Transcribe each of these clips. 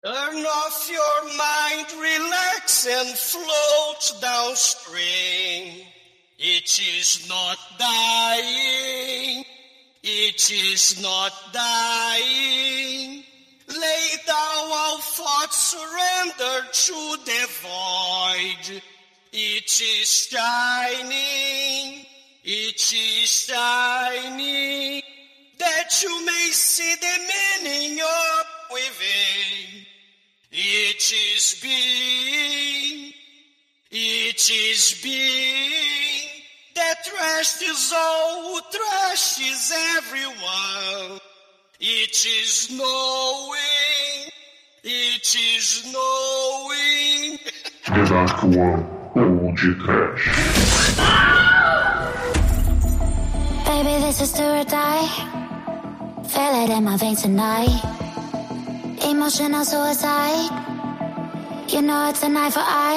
Turn off your mind, relax and float downstream. It is not dying. It is not dying. Lay down all thoughts, surrender to the void. It is shining. It is shining. That you may see the meaning of within. It is being. It is being. The trash is all, trash is everyone. It is knowing. It is knowing. The Dark One, ou de trash. Baby, this is do or die. Feel it in my veins tonight. Emotional suicide. You know it's a knife for eye.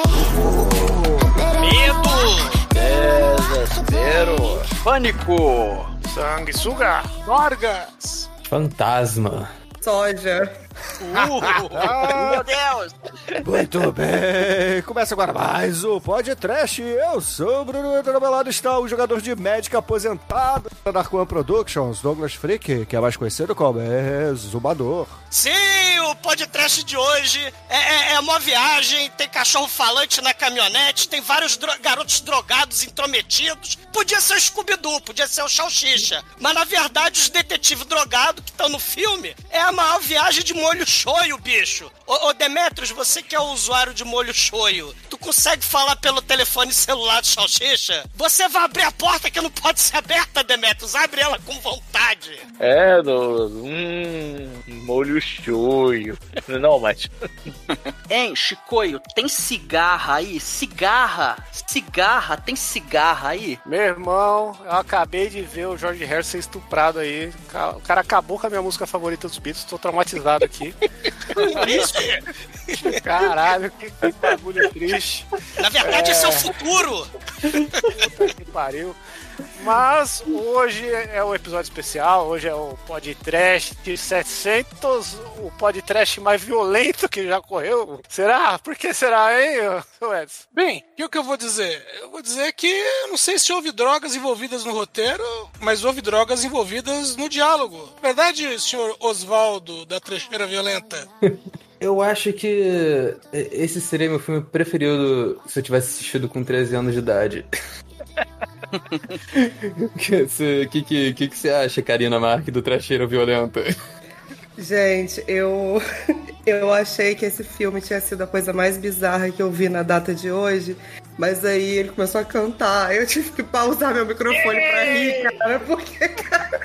Medo! Desespero. Pânico. Sanguessuga. Dorgas. Fantasma. Soja. Meu Deus. Muito bem, começa agora mais o Podcast. Eu sou o Bruno, do meu lado está o jogador de Magic aposentado da Dark One Productions, Douglas Freak, que é mais conhecido como Zumbador. Sim, o podcast de hoje é uma viagem, tem cachorro falante na caminhonete, tem vários garotos drogados intrometidos. Podia ser o Scooby-Doo, podia ser o Salsicha, mas na verdade os detetives drogados que estão no filme é a maior viagem de molho shoyu, bicho. Ô Demetrius, você que é o usuário de molho shoyu, tu consegue falar pelo telefone celular do Salsicha? Você vai abrir a porta que não pode ser aberta, Demetrius, abre ela com vontade. Molho shoyu. Não, mas... Hein, Chicoio, tem cigarra aí? Cigarra, tem cigarra aí? Meu irmão, eu acabei de ver o George Harrison ser estuprado aí. O cara acabou com a minha música favorita dos Beatles, tô traumatizado aqui. Caralho, que bagulho triste. Na verdade, esse é o futuro. Puta que pariu. Mas hoje é um episódio especial, hoje é o podcast de 700, o podcast mais violento que já correu. Será? Por que será, hein, Edson? Bem, o que eu vou dizer? Eu vou dizer que eu não sei se houve drogas envolvidas no roteiro, mas houve drogas envolvidas no diálogo. Verdade, senhor Osvaldo, da Trecheira Violenta? Eu acho que esse seria meu filme preferido se eu tivesse assistido com 13 anos de idade. O que você acha, Karina Marque, do Trecheira Violenta? Gente, eu achei que esse filme tinha sido a coisa mais bizarra que eu vi na data de hoje, mas aí ele começou a cantar, eu tive que pausar meu microfone pra rir, cara, porque, cara...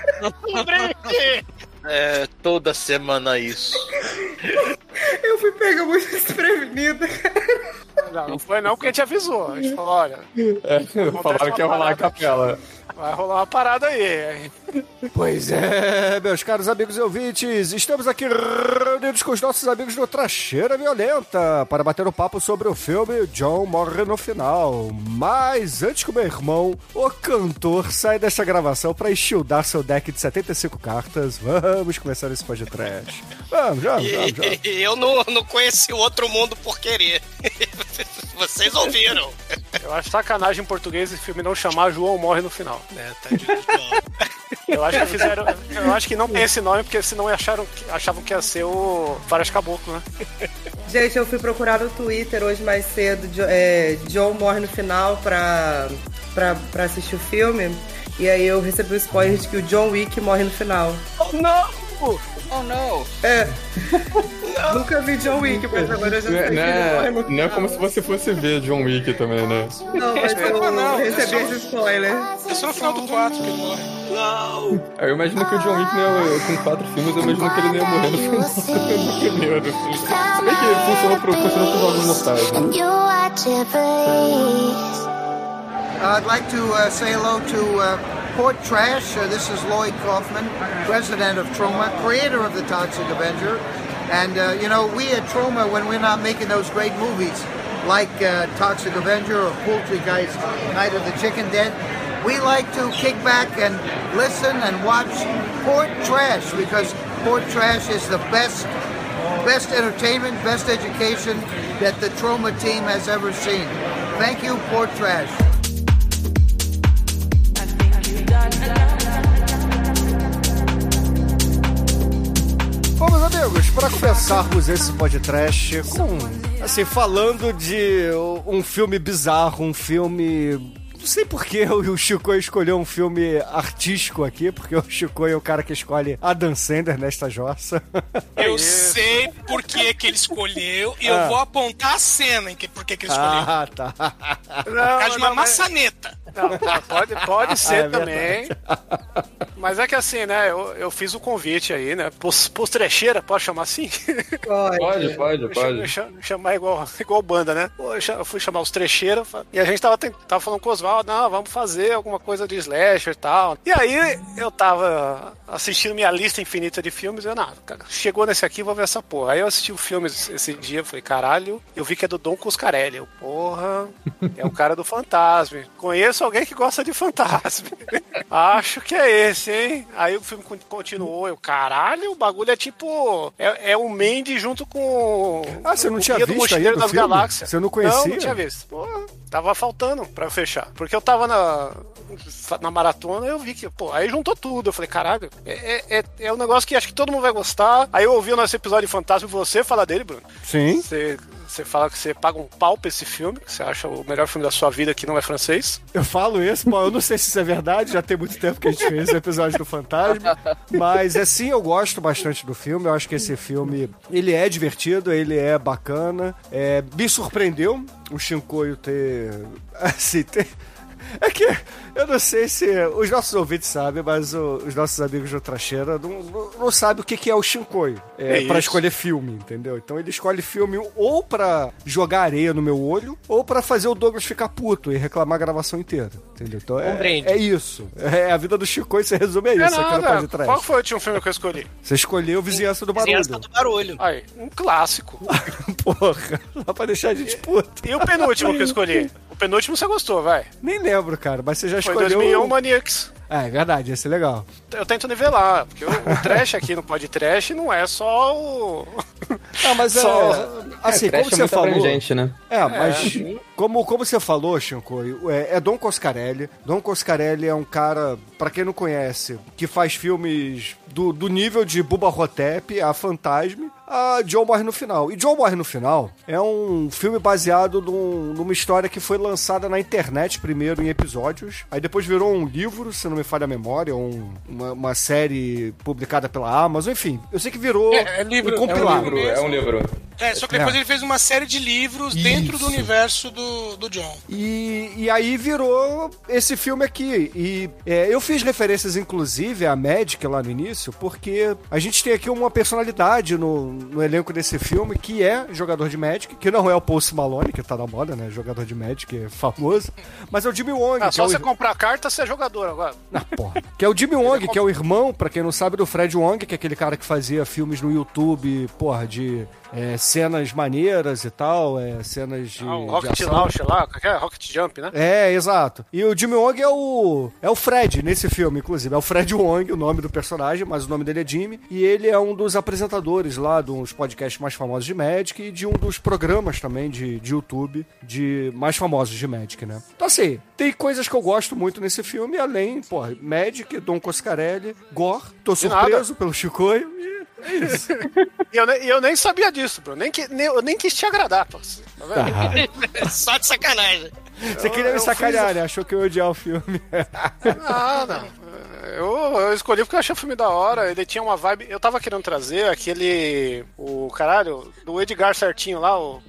Toda semana isso. Eu fui pega muito desprevenida, cara. Não foi não, porque a gente avisou. A gente falou, olha... Falaram que ia rolar a capela. Vai rolar uma parada aí. Pois é, meus caros amigos e ouvintes, estamos aqui reunidos com os nossos amigos do Trecheira Violenta para bater um papo sobre o filme John Morre no Final. Mas antes que o meu irmão, o cantor, saia desta gravação para enxildar seu deck de 75 cartas, vamos começar esse podcast. Vamos. Eu não conheci o outro mundo por querer. Vocês ouviram. Eu acho sacanagem em português esse filme não chamar João Morre no Final. Tá de boa. Eu acho que não tem esse nome porque senão achavam que ia ser o Faras Caboclo, né? Gente, eu fui procurar no Twitter hoje mais cedo, John Morre no Final pra assistir o filme, e aí eu recebi o spoiler de que o John Wick morre no final. Oh, não! Oh, não! Nunca vi John Wick, mas agora eu já sei que ele morre no final. Não é como se você fosse ver John Wick também, né? Não, mas eu recebi esse spoiler. É só no final do 4 que ele morre. Não! Eu imagino que o John Wick, né, com 4 filmes, eu imagino que ele não ia morrer no final do primeiro. Se bem que funcionou pro Jogos Mortais, né? I'd like to say hello to Port Trash. This is Lloyd Kaufman, president of Troma, creator of The Toxic Avenger. And, we at Troma, when we're not making those great movies like Toxic Avenger or Poultrygeist, Night of the Chicken Dead, we like to kick back and listen and watch Port Trash, because Port Trash is the best best entertainment, best education that the Troma team has ever seen. Thank you, Port Trash. Bom, meus amigos, para começarmos esse podcast assim, falando de um filme bizarro, um filme... Não sei por que o Chico escolheu um filme artístico aqui, porque o Chico é o cara que escolhe Adam Sandler nesta jossa. Eu sei por que ele escolheu e eu vou apontar a cena por que ele escolheu. Ah, tá. Por causa de uma maçaneta. Não, pode ser também. Mas é que assim, né? Eu fiz o convite aí, né? Pros trecheira, pode chamar assim? Pode. Chamar igual banda, né? Eu fui chamar os trecheira e a gente tava falando com o Oswaldo, não, vamos fazer alguma coisa de slasher e tal. E aí eu tava assistindo minha lista infinita de filmes e eu, cara, chegou nesse aqui, vou ver essa porra. Aí eu assisti o filme esse dia, falei, caralho, eu vi que é do Don Coscarelli. Eu, porra, é o cara do Fantasma. Conheço alguém que gosta de Fantasma. Acho que é esse, hein? Aí o filme continuou, eu, caralho, o bagulho é tipo, é o Mandy junto com você não tinha visto Mochileiro das filme? Galáxias. Você não conhecia? Não tinha visto. Porra, tava faltando pra eu fechar. Porque eu tava na maratona e eu vi que, aí juntou tudo. Eu falei, caralho, é um negócio que acho que todo mundo vai gostar. Aí eu ouvi o nosso episódio de Fantasma e você fala dele, Bruno. Sim. Você fala que você paga um pau pra esse filme, que você acha o melhor filme da sua vida que não é francês. Eu falo isso, mas eu não sei se isso é verdade, já tem muito tempo que a gente fez o episódio do Fantasma, mas assim, eu gosto bastante do filme, eu acho que esse filme, ele é divertido, ele é bacana, me surpreendeu o Shinkoio ter, assim, é que eu não sei se os nossos ouvintes sabem, mas os nossos amigos do Tracheira não sabem o que é o Shinkoio pra escolher filme, entendeu? Então ele escolhe filme ou pra jogar areia no meu olho, ou pra fazer o Douglas ficar puto e reclamar a gravação inteira, entendeu? Então é isso. A vida do Shinkoio se resume a isso. Aqui no Pode Trash. Qual foi o último filme que eu escolhi? Você escolheu Vizinhança do Barulho. Vizinhança do Barulho. Aí, um clássico. Porra, só pra deixar a gente puto. E o penúltimo que eu escolhi? O penúltimo você gostou, vai. Nem lembro, cara, mas você já foi escolheu... 2001 Maniacs. É verdade, esse é legal. Eu tento nivelar, porque o trash aqui no Pod Trash não é só o... Não, mas assim, como você falou... Abrangente, né? Mas como você falou, Shinkoio, é Don Coscarelli. Don Coscarelli é um cara, pra quem não conhece, que faz filmes do nível de Bubba Hotep a Fantasma, a John Morre no Final. E John Morre no Final é um filme baseado numa história que foi lançada na internet primeiro em episódios, aí depois virou um livro, se não me falha a memória, uma série publicada pela Amazon, enfim. Eu sei que virou livro, um compilado. É um livro. Só que depois ele fez uma série de livros dentro do universo do John. E aí virou esse filme aqui. E eu fiz referências, inclusive, à Magic lá no início, porque a gente tem aqui uma personalidade no elenco desse filme que é jogador de Magic, que não é o Post Malone, que tá na moda, né? Jogador de Magic, é famoso. Mas é o Jimmy Wong. Só você comprar carta, você é jogador agora. Porra. Que é o Jimmy Wong, que é o irmão, pra quem não sabe, do Fred Wong, que é aquele cara que fazia filmes no YouTube, porra, de... cenas maneiras e tal, cenas de Rocket de Launch lá, Rocket Jump, né? Exato. E o Jimmy Wong é o Fred nesse filme, inclusive. É o Fred Wong, o nome do personagem, mas o nome dele é Jimmy. E ele é um dos apresentadores lá de uns podcasts mais famosos de Magic e de um dos programas também de YouTube mais famosos de Magic, né? Então, assim, tem coisas que eu gosto muito nesse filme, além, porra, Magic, Don Coscarelli, Gore, tô surpreso pelo Chicoio e... É isso. E eu nem sabia disso, Bruno. Eu nem quis te agradar, pô. Tá vendo? Só de sacanagem. Você queria me sacanear, né? Achou que eu ia odiar o filme. Não. Eu escolhi porque eu achei o filme da hora. Ele tinha uma vibe. Eu tava querendo trazer aquele. O caralho, do Edgar certinho lá, o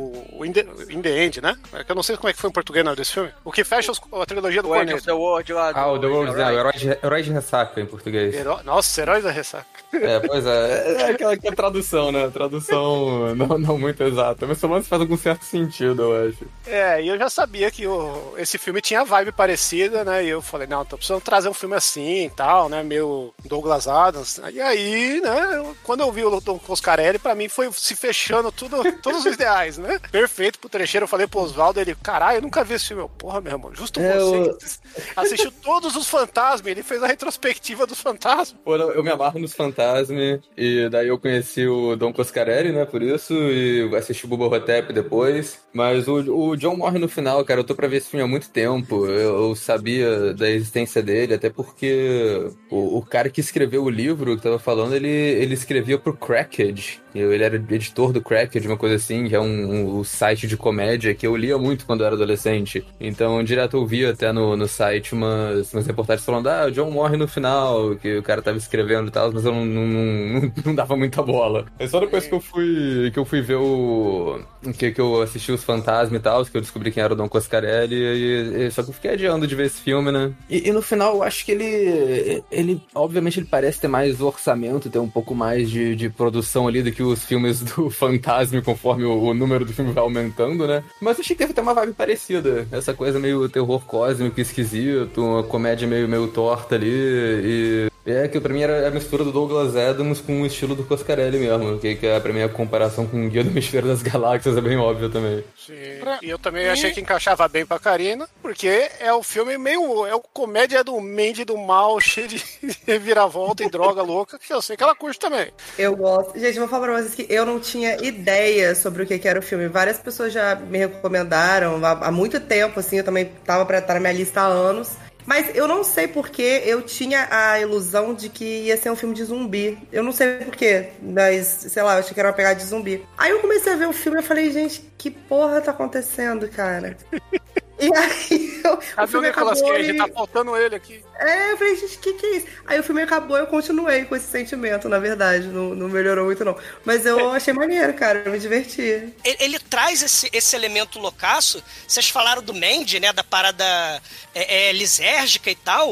In the End, né? Que eu não sei como é que foi em português não, desse filme. O que fecha a trilogia do Cornetto. O The World lá. O The World, Heróis de Ressaca em português. Nossa, Heróis da Ressaca. Pois é. É aquela que é tradução, né? Tradução não muito exata. Mas pelo menos faz algum certo sentido, eu acho. E eu já sabia que esse filme tinha vibe parecida, né? E eu falei, não, tô precisando trazer um filme assim. assim e tal, né? Meio Douglas Adams. E aí, né? Quando eu vi o Don Coscarelli, pra mim foi se fechando todos os ideais, né? Perfeito pro trecheiro. Eu falei pro Oswaldo, ele, caralho, eu nunca vi esse filme. Porra, meu irmão, justo você que assistiu todos os fantasmas, ele fez a retrospectiva dos fantasmas. Pô, eu me amarro nos fantasmas, e daí eu conheci o Don Coscarelli, né, por isso, e assisti o Bubba Hotep depois. Mas o John morre no final, cara. Eu tô pra ver esse filme há muito tempo. Eu sabia da existência dele, até porque o cara que escreveu o livro que tava falando, ele escrevia pro Cracked. Ele era editor do Cracked, uma coisa assim, que é um site de comédia que eu lia muito quando eu era adolescente. Então, direto eu via até no site umas reportagens falando, o John morre no final, que o cara tava escrevendo e tal, mas eu não dava muita bola. É só depois que eu fui ver que eu assisti os Fantasmas e tal, que eu descobri quem era o Don Coscarelli, só que eu fiquei adiando de ver esse filme, né? E no final eu acho que ele obviamente ele parece ter mais orçamento, ter um pouco mais de produção ali do que os filmes do Fantasma, conforme o número do filme vai aumentando, né? Mas eu achei que teve até uma vibe parecida, essa coisa meio terror cósmico esquisito, uma comédia meio torta ali, que pra mim era a mistura do Douglas Adams com o estilo do Coscarelli mesmo, que pra mim a comparação com o Guia do Hemisfério das Galáxias é bem óbvia também. Sim, e eu também achei que encaixava bem pra Karina, porque é o filme é o comédia do Mandy do mal, cheio de reviravolta e droga louca, que eu sei que ela curte também. Eu gosto. Gente, vou falar pra vocês que eu não tinha ideia sobre o que era o filme. Várias pessoas já me recomendaram há muito tempo, assim, eu também tava pra estar na minha lista há anos. Mas eu não sei porque eu tinha a ilusão de que ia ser um filme de zumbi. Eu não sei porquê, mas, sei lá, eu achei que era uma pegada de zumbi. Aí eu comecei a ver o filme e falei, gente, que porra tá acontecendo, cara? E aí o filme acabou tá faltando ele aqui. Eu falei, gente, que é isso? Aí o filme acabou e eu continuei com esse sentimento, na verdade. Não melhorou muito, não. Mas eu achei maneiro, cara. Eu me diverti. Ele traz esse elemento loucaço. Vocês falaram do Mandy, né? Da parada lisérgica e tal.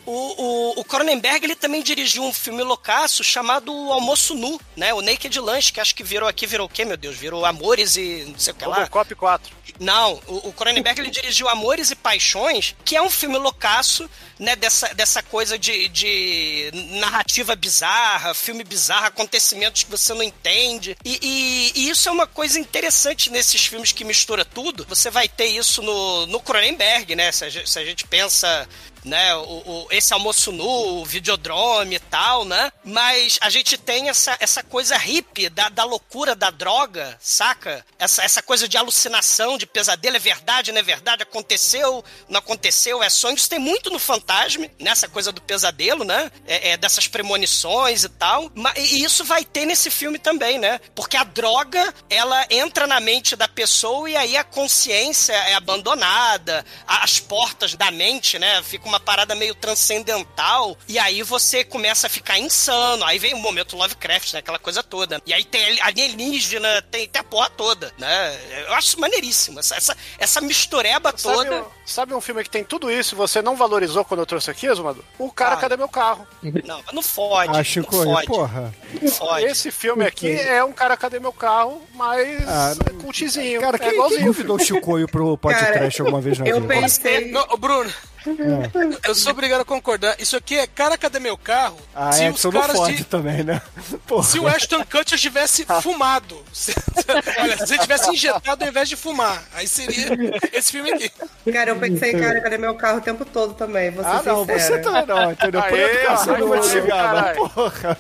O Cronenberg, ele também dirigiu um filme loucaço chamado Almoço Nu, né? O Naked Lunch, que acho que virou o quê, meu Deus? Virou Amores e não sei o que lá. Robocop 4. Não, o Cronenberg, ele dirigiu Amores e Paixões, que é um filme loucaço, né? Dessa coisa de narrativa bizarra, filme bizarro, acontecimentos que você não entende. E isso é uma coisa interessante nesses filmes que mistura tudo. Você vai ter isso no Cronenberg, né? Se a gente pensa... né, esse Almoço Nu, o Videodrome e tal, né? Mas a gente tem essa coisa hippie da loucura da droga, saca? Essa coisa de alucinação, de pesadelo, é verdade, não é verdade? Aconteceu, não aconteceu, é sonho. Isso tem muito no Fantasma, nessa coisa do pesadelo, né? Dessas premonições e tal. E isso vai ter nesse filme também, né? Porque a droga, ela entra na mente da pessoa e aí a consciência é abandonada, as portas da mente, né? Fica uma parada meio transcendental, e aí você começa a ficar insano, aí vem o momento Lovecraft, né, aquela coisa toda, e aí tem alienígena, tem a porra toda, né, eu acho maneiríssimo, essa mistureba toda. Sabe um filme que tem tudo isso e você não valorizou quando eu trouxe aqui, Zumador? O Cara, Cadê Meu Carro? Não, mas não fode, Chico, não fode. Porra. Não fode. Esse filme aqui é um Cara, Cadê Meu Carro, mas cultizinho. Cara, quem convidou o Chicoio pro podcast alguma vez na vida? Eu pensei... Bruno, eu sou obrigado a concordar. Isso aqui é Cara, Cadê Meu Carro? Se os caras também, né? Porra. Se o Ashton Kutcher tivesse fumado. Olha, se ele tivesse injetado ao invés de fumar, aí seria esse filme aqui. Cara, eu pensei, cara, cadê meu carro o tempo todo também? Não, você também não, entendeu? Por educação eu não vou te ligar, porra.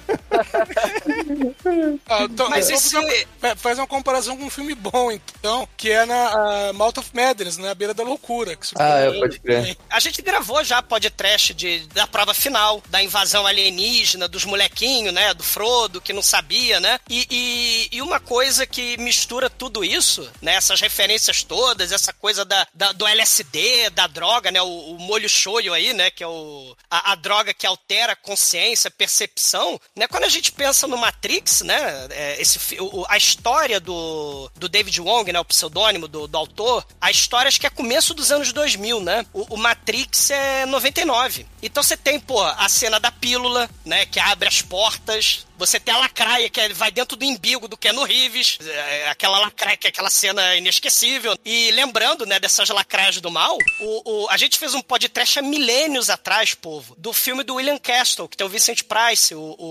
Mas faz uma comparação com um filme bom, então, que é na Mouth of Madness, na Beira da Loucura. Que pode crer. A gente gravou já podcast da prova final, da invasão alienígena, dos molequinhos, né, do Frodo, que não sabia, né, e uma coisa que mistura tudo isso, né, essas referências todas, essa coisa do LSD, da droga, né, o molho shoyu aí, né, que é a droga que altera a consciência, a percepção, né, quando a gente pensa no Matrix, né, a história do David Wong, né, o pseudônimo do autor, a história acho que é começo dos anos 2000, né? O Matrix é 99. Então você tem, a cena da pílula, né, que abre as portas. Você tem a lacraia, que vai dentro do umbigo do Keanu Reeves. Aquela lacraia, que é aquela cena inesquecível. E lembrando, né, dessas lacraias do mal, a gente fez um podcast há milênios atrás, povo, do filme do William Castle, que tem o Vincent Price,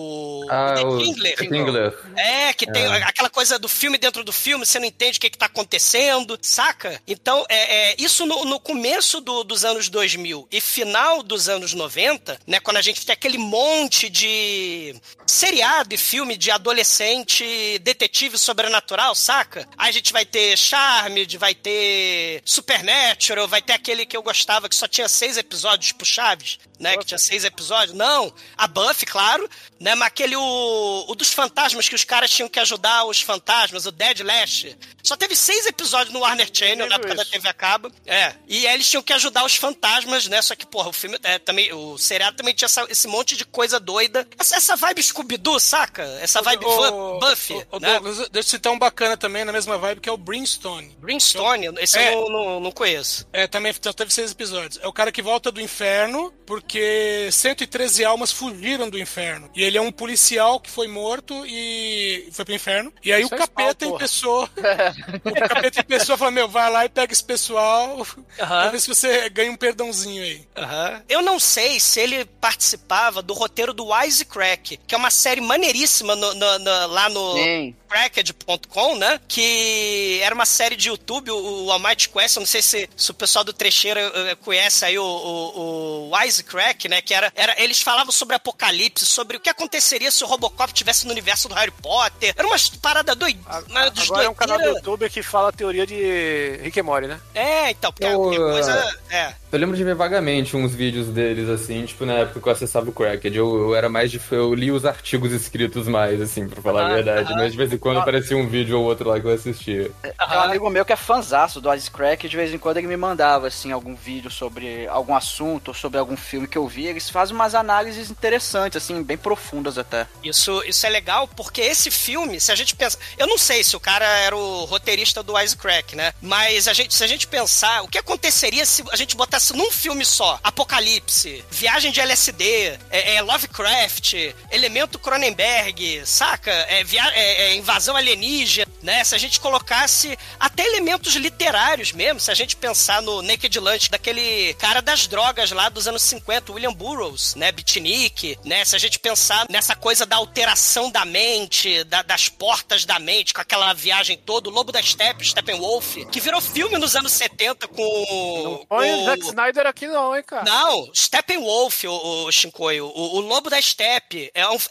The Kingler. Que tem aquela coisa do filme dentro do filme, você não entende o que tá acontecendo, saca? Então, isso no começo dos anos 2000 e final dos anos 90, né, quando a gente tem aquele monte de seriado e filme de adolescente detetive sobrenatural, saca? Aí a gente vai ter Charmed, vai ter Supernatural, vai ter aquele que eu gostava que só tinha 6 episódios pro Chaves, né? Que tinha 6 episódios. Não, a Buffy, claro, né? Mas aquele o dos fantasmas, que os caras tinham que ajudar os fantasmas, o Dead Lash. Só teve 6 episódios no Warner Channel, na época da TV a cabo. E aí eles tinham que ajudar os fantasmas, né? Só que, o filme também, o seriado também tinha esse monte de coisa doida. Essa vibe Scooby-Doo, saca? Essa vibe Buffy, né? Douglas, deixa eu citar um bacana também, na mesma vibe, que é o Brimstone. Brimstone? Esse eu não conheço. Também teve 6 episódios. É o cara que volta do inferno, porque 113 almas fugiram do inferno. E ele é um policial que foi morto e foi pro inferno. E aí o capeta em pessoa... O capeta em pessoa fala, vai lá e pega esse pessoal pra ver se você ganha um perdãozinho aí. Eu não sei se ele participava do roteiro do Wisecrack, que é uma série maneiríssima lá no cracked.com, né? Que era uma série de YouTube, o Almighty Quest. Eu não sei se o pessoal do Trecheira conhece aí o Wisecrack, né? Que era eles falavam sobre apocalipse, sobre o que aconteceria se o Robocop estivesse no universo do Harry Potter. Era uma parada doida. Agora é um canal do YouTube que fala a teoria de Rick and Morty, né? Então, porque qualquer coisa... Eu lembro de ver vagamente uns vídeos deles, assim, tipo, na época que eu acessava o Cracked. Eu era mais eu li os artigos escritos mais, assim, pra falar a verdade. Mas de vez em quando aparecia um vídeo ou outro lá que eu assistia. Tem um amigo meu que é fanzaço do Wisecrack, e de vez em quando ele me mandava, assim, algum vídeo sobre algum assunto, ou sobre algum filme que eu vi. Eles fazem umas análises interessantes, assim, bem profundas até. Isso é legal, porque esse filme, se a gente pensa... Eu não sei se o cara era o roteirista do Wisecrack, né? Mas se a gente pensar, o que aconteceria se a gente botasse num filme só? Apocalipse, Viagem de LSD, Lovecraft, Elemento Cronenberg, saca? Invasão alienígena, né? Se a gente colocasse até elementos literários mesmo, se a gente pensar no Naked Lunch daquele cara das drogas lá dos anos 50, William Burroughs, né? Beatnik, né? Se a gente pensar nessa coisa da alteração da mente, das portas da mente, com aquela viagem toda, o Lobo da Steppe, Steppenwolf, que virou filme nos anos 70 com... Não põe o Zack Snyder aqui não, hein, cara? Não, Steppenwolf, o Shinkoio, o Lobo da Steppe,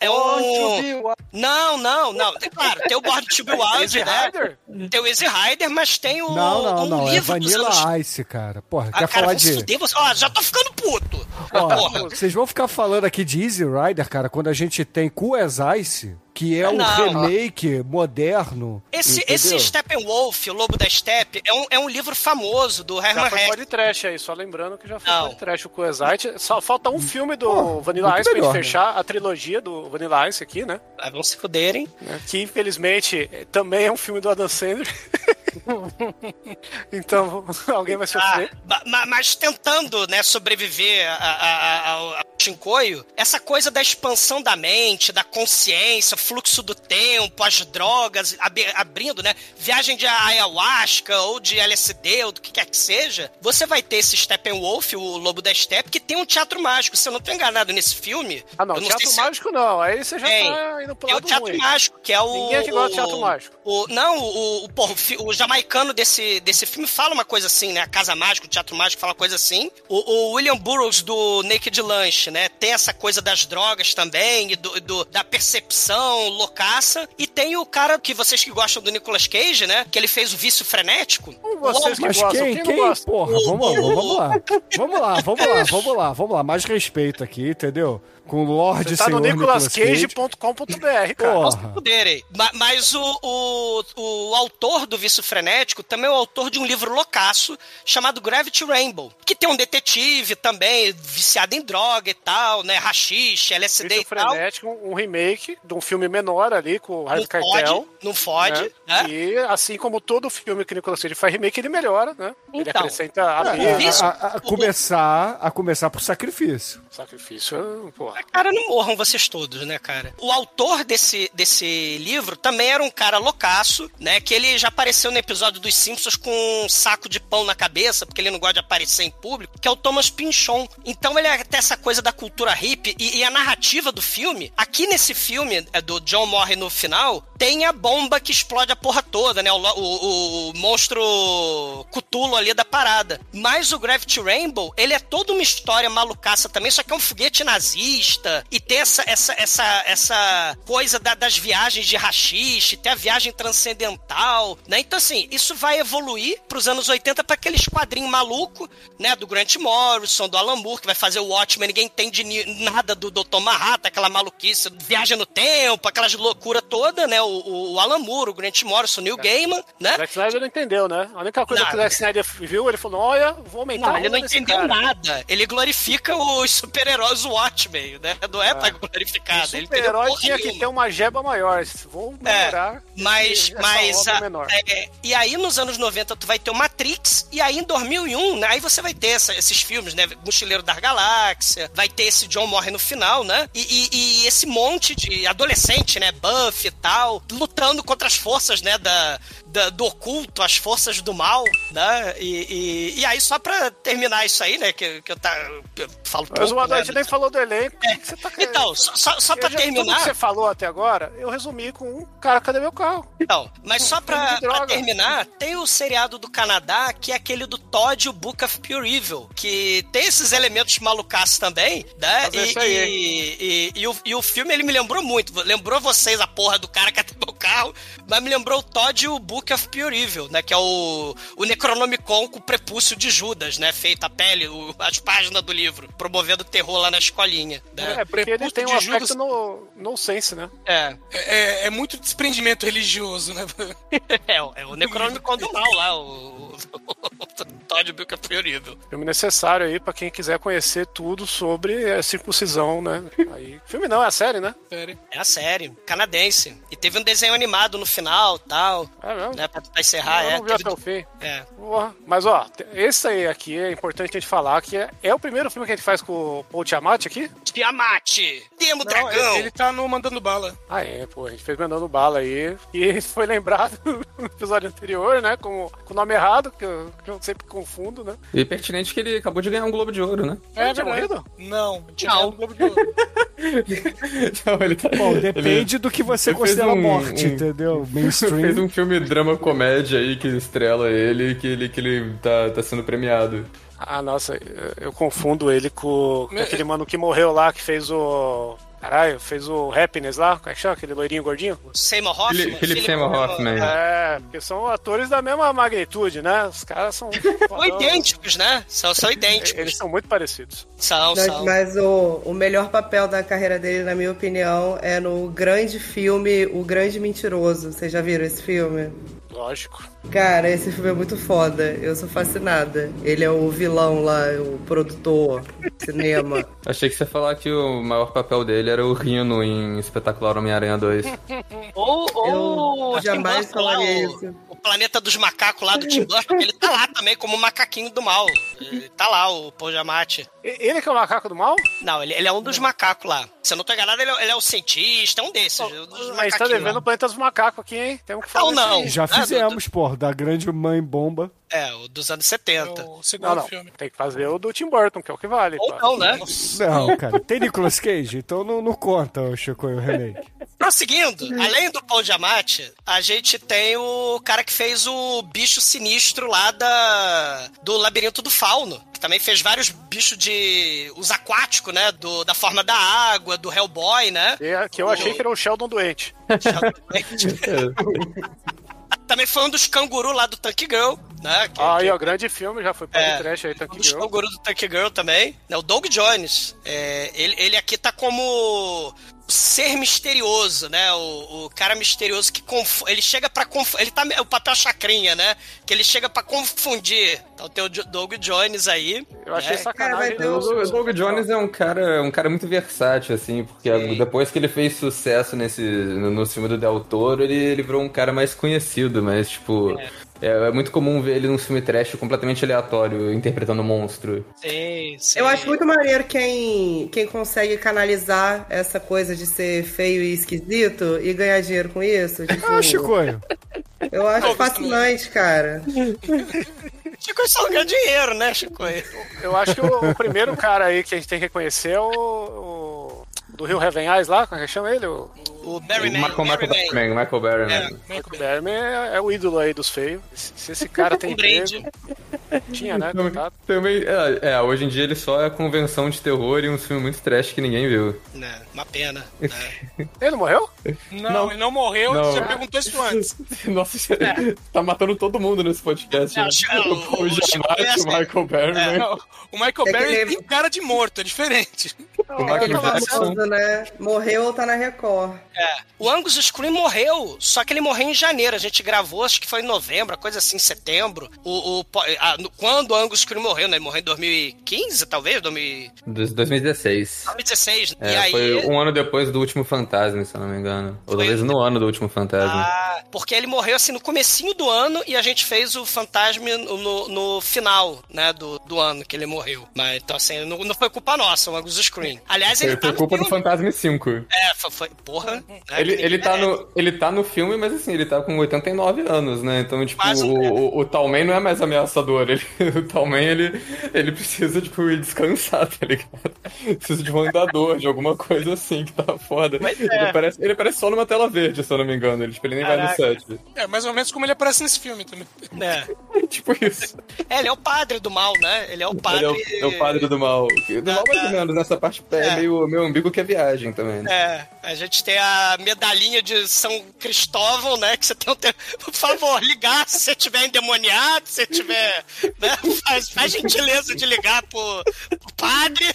Não. Claro, tem o Born to Be Wild, né? Tem o Easy Rider, mas tem o Não, livro é Vanilla Ice, cara. Porra, quer cara, falar de... já tô ficando puto. Vocês vão ficar falando aqui de Easy Rider, cara, quando a gente tem Cool as Ice, que é um remake moderno. Esse Steppenwolf, o Lobo da Steppe, é um livro famoso do Herman Hesse. Já foi podcast aí, só lembrando que já foi podcast o Coesite. Só falta um filme do Vanilla Ice pra gente fechar a trilogia do Vanilla Ice aqui, né? Vão se fuderem. Que infelizmente também é um filme do Adam Sandler. Então alguém vai sofrer. Mas tentando, né, sobreviver ao Shinkoio, essa coisa da expansão da mente, da consciência, fluxo do tempo, as drogas, abrindo, né, viagem de ayahuasca ou de LSD ou do que quer que seja, você vai ter esse Steppenwolf, o Lobo da Steppe, que tem um teatro mágico. Se eu não tô enganado nesse filme... não, teatro mágico não. Aí você já tá indo pro lado ruim. É o teatro mágico, que é o... Ninguém aqui gosta de teatro mágico. O jamaicano desse filme fala uma coisa assim, né? A Casa Mágica, o Teatro Mágico fala uma coisa assim. O William Burroughs do Naked Lunch, né? Tem essa coisa das drogas também, e da percepção loucaça. E tem o cara que vocês que gostam do Nicolas Cage, né? Que ele fez o Vício Frenético. Vocês que gostam, quem não gosta? Porra, vamos lá. Mais respeito aqui, entendeu? Com o Lorde Você tá Senhor no nicolascage.com.br, cara. Posso poderem. Mas o autor do Vício Frenético também é o autor de um livro loucaço chamado Gravity Rainbow, que tem um detetive também viciado em droga e tal, né? Haxixe, LSD e tal. Frenético, um remake de um filme menor ali com o Harvey Keitel. Não fode, né? E assim como todo filme que o Nicolas Cage faz remake, ele melhora, né? Ele acrescenta a começar por sacrifício. Sacrifício, porra. Cara, não morram vocês todos, né, cara? O autor desse livro também era um cara loucaço, né? Que ele já apareceu no episódio dos Simpsons com um saco de pão na cabeça, porque ele não gosta de aparecer em público, que é o Thomas Pynchon. Então ele é até essa coisa da cultura hippie e a narrativa do filme, aqui nesse filme do John morre no final, tem a bomba que explode a porra toda, né? O monstro Cthulhu ali da parada. Mas o Gravity Rainbow, ele é toda uma história malucaça também, só que é um foguete nazista e tem essa coisa das viagens de haxixe, tem a viagem transcendental, né? Então, assim, isso vai evoluir pros anos 80 para aquele quadrinho maluco, né? Do Grant Morrison, do Alan Moore, que vai fazer o Watchmen, ninguém entende nada do Dr. Manhattan, aquela maluquice, viagem no tempo, aquelas loucuras toda, né? O Alan Moore, o Grant Morrison, o Neil Gaiman, né? O Zack Snyder não entendeu, né? A única coisa que o Zack Snyder viu, ele falou, olha, vou aumentar. Não, ele não entendeu nada. Ele glorifica os super-heróis do Watchmen, né? Não é pra glorificar. O super-herói tinha que ter uma jeba maior. Vou melhorar. E aí, nos anos 90, tu vai ter o Matrix, e aí em 2001, né, aí você vai ter esses filmes, né? Mochileiro da Galáxia, vai ter esse John morre no final, né? E esse monte de adolescente, né? Buffy e tal, lutando contra as forças, né? Do oculto, as forças do mal, né? E aí, só pra terminar isso aí, né? Que eu falo pouco, mas o né? A gente nem falou do elenco. Então, só pra terminar... Tudo que você falou até agora, eu resumi com cara, cadê meu carro? Então, mas só pra terminar, tem o seriado do Canadá, que é aquele do Todd, o Book of Pure Evil, que tem esses elementos malucaços também, né? E o filme, ele me lembrou muito. Lembrou vocês a porra do cara, cadê meu carro? Mas me lembrou o Todd, o Book of Pure Evil, né? Que é o Necronomicon com o prepúcio de Judas, né? Feito a pele, as páginas do livro, promovendo terror lá na escolinha. Né? Porque ele tem um aspecto no sense, né? É muito desprendimento religioso, né? É o Necronomicon do mal lá, o Todd Book of Pure Evil. Filme necessário aí pra quem quiser conhecer tudo sobre a circuncisão, né? Aí, filme não, é a série, né? É a série, canadense. E teve um desenho animado no final, tal. É mesmo? Né, pra encerrar, eu não vi até o fim. Porra. Mas, ó, esse aí aqui é importante a gente falar que é o primeiro filme que a gente faz com o Paul Giamatti aqui? Giamatti! Temo Dragão! Ele tá no Mandando Bala. Pô, a gente fez Mandando Bala aí. E foi lembrado no episódio anterior, né? Com o nome errado, que eu sempre confundo, né? E pertinente que ele acabou de ganhar um Globo de Ouro, né? Tinha morrido? Não, tinha ganhado um Globo de Ouro. Não, Bom, depende do que você considera morte, entendeu? Mainstream. Fez um filme drama-comédia aí que estrela ele, que ele tá sendo premiado. Ah, nossa, eu confundo ele com aquele mano que morreu lá, que fez o... Caralho, fez o Happiness lá, como é que chama? Aquele loirinho gordinho? Seymour Hoffman? Philip Seymour Hoffman. Porque são atores da mesma magnitude, né? Os caras são... São idênticos, né? São idênticos. Eles são muito parecidos. São. Mas o melhor papel da carreira dele, na minha opinião, é no grande filme O Grande Mentiroso. Vocês já viram esse filme? Lógico. Cara, esse filme é muito foda. Eu sou fascinada. Ele é o vilão lá, o produtor, cinema. Achei que você ia falar que o maior papel dele era o Rino em Espetacular Homem-Aranha 2. Ou jamais falaria isso. O Planeta dos Macacos lá do Tim Burton, ele tá lá também como macaquinho do mal. Ele tá lá, o Paul Giamatti. Ele que é o macaco do mal? Não, ele é um dos macacos lá. Se eu não tô enganado, ele é o cientista, é um desses. A gente tá devendo o Planeta dos Macacos aqui, hein? Temos que falar não. Já fizemos, pô, da grande mãe bomba. O dos anos 70. O segundo filme. Tem que fazer o do Tim Burton, que é o que vale. Ou não, né? Não, cara. Tem Nicolas Cage, então não conta o Chico e o remake. Prosseguindo, além do Paul Giamatti, a gente tem o cara que fez o bicho sinistro lá do Labirinto do Fauno, que também fez vários bichos os aquáticos, né? Da forma da água, do Hellboy, né? Que eu achei que era o Sheldon doente. Também foi um dos cangurus lá do Tank Girl, né? Aí, ó, grande filme, já foi para o trash aí, Tank Girl. O guru do Tank Girl também, né? O Doug Jones. Ele aqui tá como ser misterioso, né? O cara misterioso que ele chega pra confundir. Ele tá o papel chacrinha, né? Que ele chega pra confundir. Então tem o Doug Jones aí. Eu achei sacanagem. O Doug Jones é um cara muito versátil, assim, porque depois que ele fez sucesso no filme do Del Toro, ele virou um cara mais conhecido, mas, tipo... É muito comum ver ele num filme trash completamente aleatório, interpretando um monstro. Sim. Eu acho muito maneiro quem consegue canalizar essa coisa de ser feio e esquisito e ganhar dinheiro com isso. Tipo, Chicoio. Eu acho fascinante, cara. Chicoio só ganha dinheiro, né, Chicoio? Eu acho que o primeiro cara aí que a gente tem que reconhecer é o do Rio Heaven Eyes lá, como é que chama ele? O Berryman. Michael Berryman. Michael Berryman é o ídolo aí dos feios. Se esse cara tem emprego... Tinha, né? Também, hoje em dia ele só é convenção de terror e um filme muito trash que ninguém viu. Uma pena. Ele não morreu? Não, ele não morreu, você já perguntou isso antes. Nossa, tá matando todo mundo nesse podcast. O Michael Berryman. O Michael Berryman tem cara de morto, é diferente. Aquele famoso, né? Morreu ou tá na Record. O Angus Scream morreu, só que ele morreu em janeiro. A gente gravou, acho que foi em novembro, coisa assim, setembro. Quando o Angus Scream morreu, né? Ele morreu em 2015, talvez? 2016. 2016. E aí... Foi um ano depois do Último Fantasma, se eu não me engano. Ou talvez no ano do Último Fantasma. Porque ele morreu, assim, no comecinho do ano e a gente fez o Fantasma no final, né? Do ano que ele morreu. Mas, então, assim, não foi culpa nossa, o Angus Scream. Aliás, ele foi culpa do Fantasma 5. Foi porra. Ele tá no filme, mas assim, ele tá com 89 anos, né? Então, tipo, o Talman não é mais ameaçador. O Talman, ele precisa, tipo, ir descansar, tá ligado? Precisa de um andador, de alguma coisa assim, que tá foda. Ele parece só numa tela verde, se eu não me engano. Ele nem vai no set. Mais ou menos como ele aparece nesse filme também. Tipo isso. Ele é o padre do mal, né? Ele é o padre... É o padre do mal. Do mal, mais ou menos. Nessa parte é meio ambíguo que é viagem também. Né? A gente tem a medalhinha de São Cristóvão, né? Que você tem por favor, ligar se você tiver endemoniado, se você tiver... Né? Faz gentileza de ligar pro padre.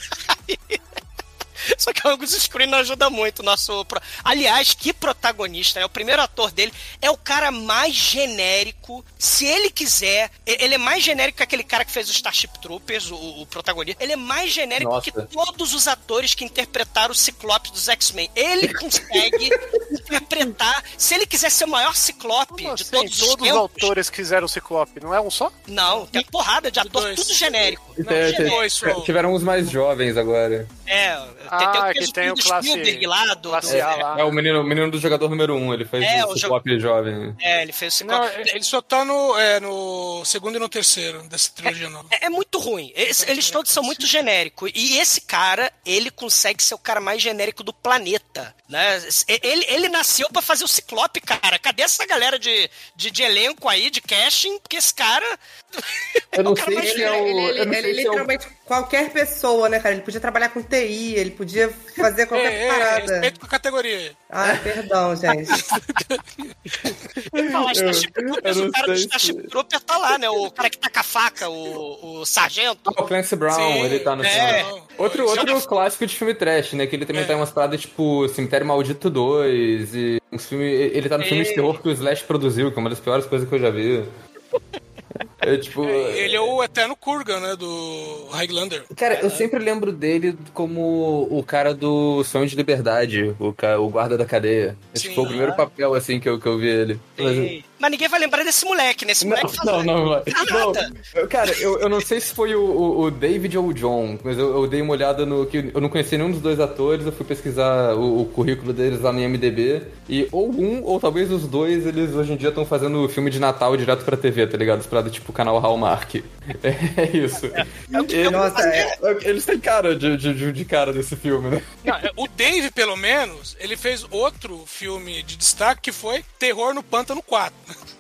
Só que o Angus Scream não ajuda muito o nosso... Aliás, que protagonista, né? O primeiro ator dele é o cara mais genérico. Se ele quiser, ele é mais genérico que aquele cara que fez o Starship Troopers, o protagonista. Ele é mais genérico que todos os atores que interpretaram o Ciclope dos X-Men. Ele consegue interpretar... Se ele quiser ser o maior Ciclope de todos os tempos... Todos os autores quiseram o Ciclope, não é um só? Não, tem porrada de ator, tudo genérico. Tiveram uns mais jovens agora. Que tem o classe lá classe A lá. O menino do jogador número 1, ele fez o Ciclope jovem. Ele fez o Ciclope. Ele só tá no segundo e no terceiro dessa trilogia nova. É muito ruim. Eles todos são muito genéricos. E esse cara, ele consegue ser o cara mais genérico do planeta. Né? Ele nasceu pra fazer o Ciclope, cara. Cadê essa galera de elenco aí, de casting? Porque esse cara... Eu não sei se é o... Ele literalmente qualquer pessoa, né, cara? Ele podia trabalhar com TI, ele podia fazer qualquer parada. Respeito com a categoria. Perdão, gente. O cara do Starship Trooper tá lá, né? O cara que tá com a faca, o sargento. O Clancy Brown, ele tá no filme. Outro clássico de filme trash, né? Que ele também tá em umas paradas tipo Cemitério Maldito 2 e uns filmes... Ele tá no filme de terror que o Slash produziu, que é uma das piores coisas que eu já vi. Ele é o eterno Kurgan, né, do Highlander. Cara, eu sempre lembro dele como o cara do Sonho de Liberdade, o guarda da cadeia. Esse foi o primeiro papel, assim, que eu vi ele. Mas ninguém vai lembrar desse moleque, né? Esse moleque não. Cara, eu não sei se foi o David ou o John, mas eu dei uma olhada no... que eu não conhecia nenhum dos dois atores, eu fui pesquisar o currículo deles lá no IMDb, e ou um, ou talvez os dois, eles hoje em dia estão fazendo filme de Natal direto pra TV, tá ligado? Pra tipo canal Hallmark. É isso. Eles têm cara de cara desse filme, né? Não, o Dave, pelo menos, ele fez outro filme de destaque que foi Terror no Pântano 4.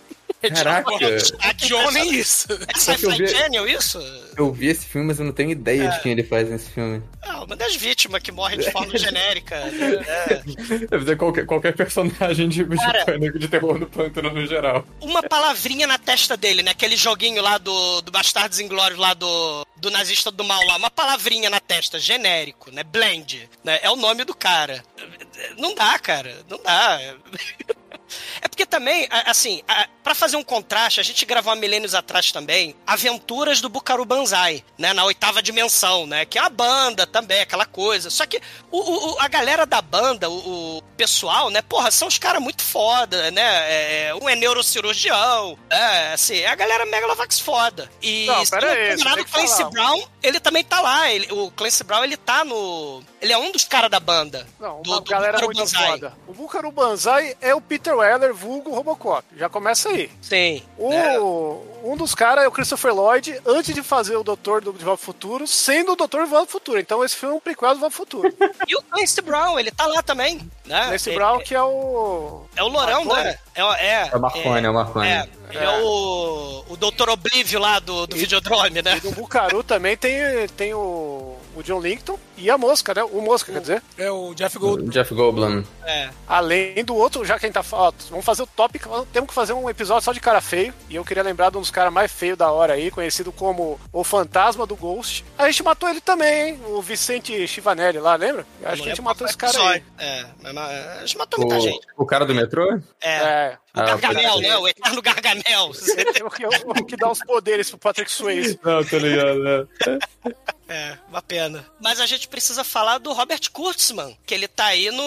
Caraca! A John nem isso. É Sci-Fi Channel isso? Eu vi esse filme, mas eu não tenho ideia de quem ele faz nesse filme. Uma das vítimas que morre de forma genérica. Deve ser qualquer personagem de pânico de terror no pântano no geral. Uma palavrinha na testa dele, né? Aquele joguinho lá do Bastardos Inglórios lá do nazista do mal lá. Uma palavrinha na testa, genérico, né? Blend, né? É o nome do cara. Não dá, cara. Não dá. É porque também, assim, pra fazer um contraste, a gente gravou há milênios atrás também Aventuras do Buckaroo Banzai, né, na 8ª dimensão, né, que é a banda também, aquela coisa. Só que a galera da banda, o pessoal, né, porra, são os caras muito foda, né, um é neurocirurgião, assim, é a galera Megalovax foda. E não, pera aí, o Clancy Brown, ele também tá lá, o Clancy Brown, ele tá no... Ele é um dos caras da banda. Não, do galera muito Banzai. foda. O Buckaroo Banzai é o Peter Weller, vulgo Robocop. Já começa aí. Sim. Um dos caras é o Christopher Lloyd, antes de fazer o Doutor do De Volta ao Futuro, sendo o Doutor de Volta ao Futuro. Então esse filme é um prequel do Volta ao Futuro. E o Clancy Brown, ele tá lá também, né? Clancy Brown, que é o... É o Lourão, né? É o Marconi, é o Marconi. Ele é o Dr. Oblívio lá do Videodrome, né? E do Buckaroo também tem o John Lincoln e a Mosca, né? O Mosca, quer dizer. É o Jeff Goldblum. Jeff Goldblum. Além do outro, já que a gente tá falando, vamos fazer o tópico, temos que fazer um episódio só de cara feio. E eu queria lembrar de um dos caras mais feios da hora aí, conhecido como o Fantasma do Ghost. A gente matou ele também, hein? O Vicente Chivanelli lá, lembra? Acho que a gente matou esse cara aí. A gente matou muita gente. O cara do metrô? O Gargamel, né? O eterno Gargamel. O que dá os poderes pro Patrick Swayze. Não, tô ligado, né? Uma pena. Mas a gente precisa falar do Robert Kurtzman, que ele tá aí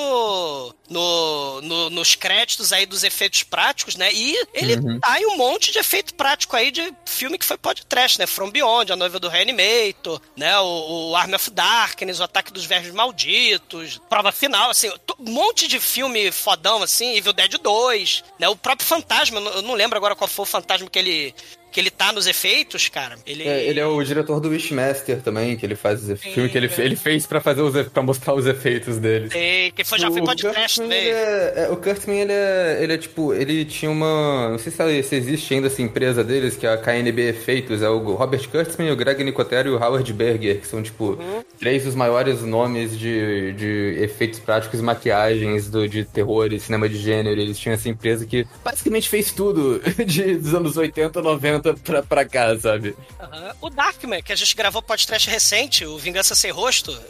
nos créditos aí dos efeitos práticos, né? E ele tá em um monte de efeito prático aí de filme que foi podcast, né? From Beyond, A Noiva do Reanimator, né? O Army of Darkness, O Ataque dos Vermes Malditos, Prova Final, assim, um monte de filme fodão, assim, Evil Dead 2, né? O próprio Fantasma, eu não lembro agora qual foi o fantasma que ele tá nos efeitos, cara. Ele é o diretor do Wishmaster também, que ele faz esse filme que ele fez pra mostrar os efeitos dele. Sim, que já foi podcast também. O Kurtzman, ele é tipo, ele tinha uma, não sei se existe ainda essa empresa deles, que é a KNB Efeitos, é o Robert Kurtzman, o Greg Nicotero e o Howard Berger, que são tipo, três dos maiores nomes de efeitos práticos e maquiagens de terror e cinema de gênero. Eles tinham essa empresa que basicamente fez tudo dos anos 80, 90 pra cá, sabe? O Darkman, que a gente gravou podcast recente, o Vingança Sem Rosto,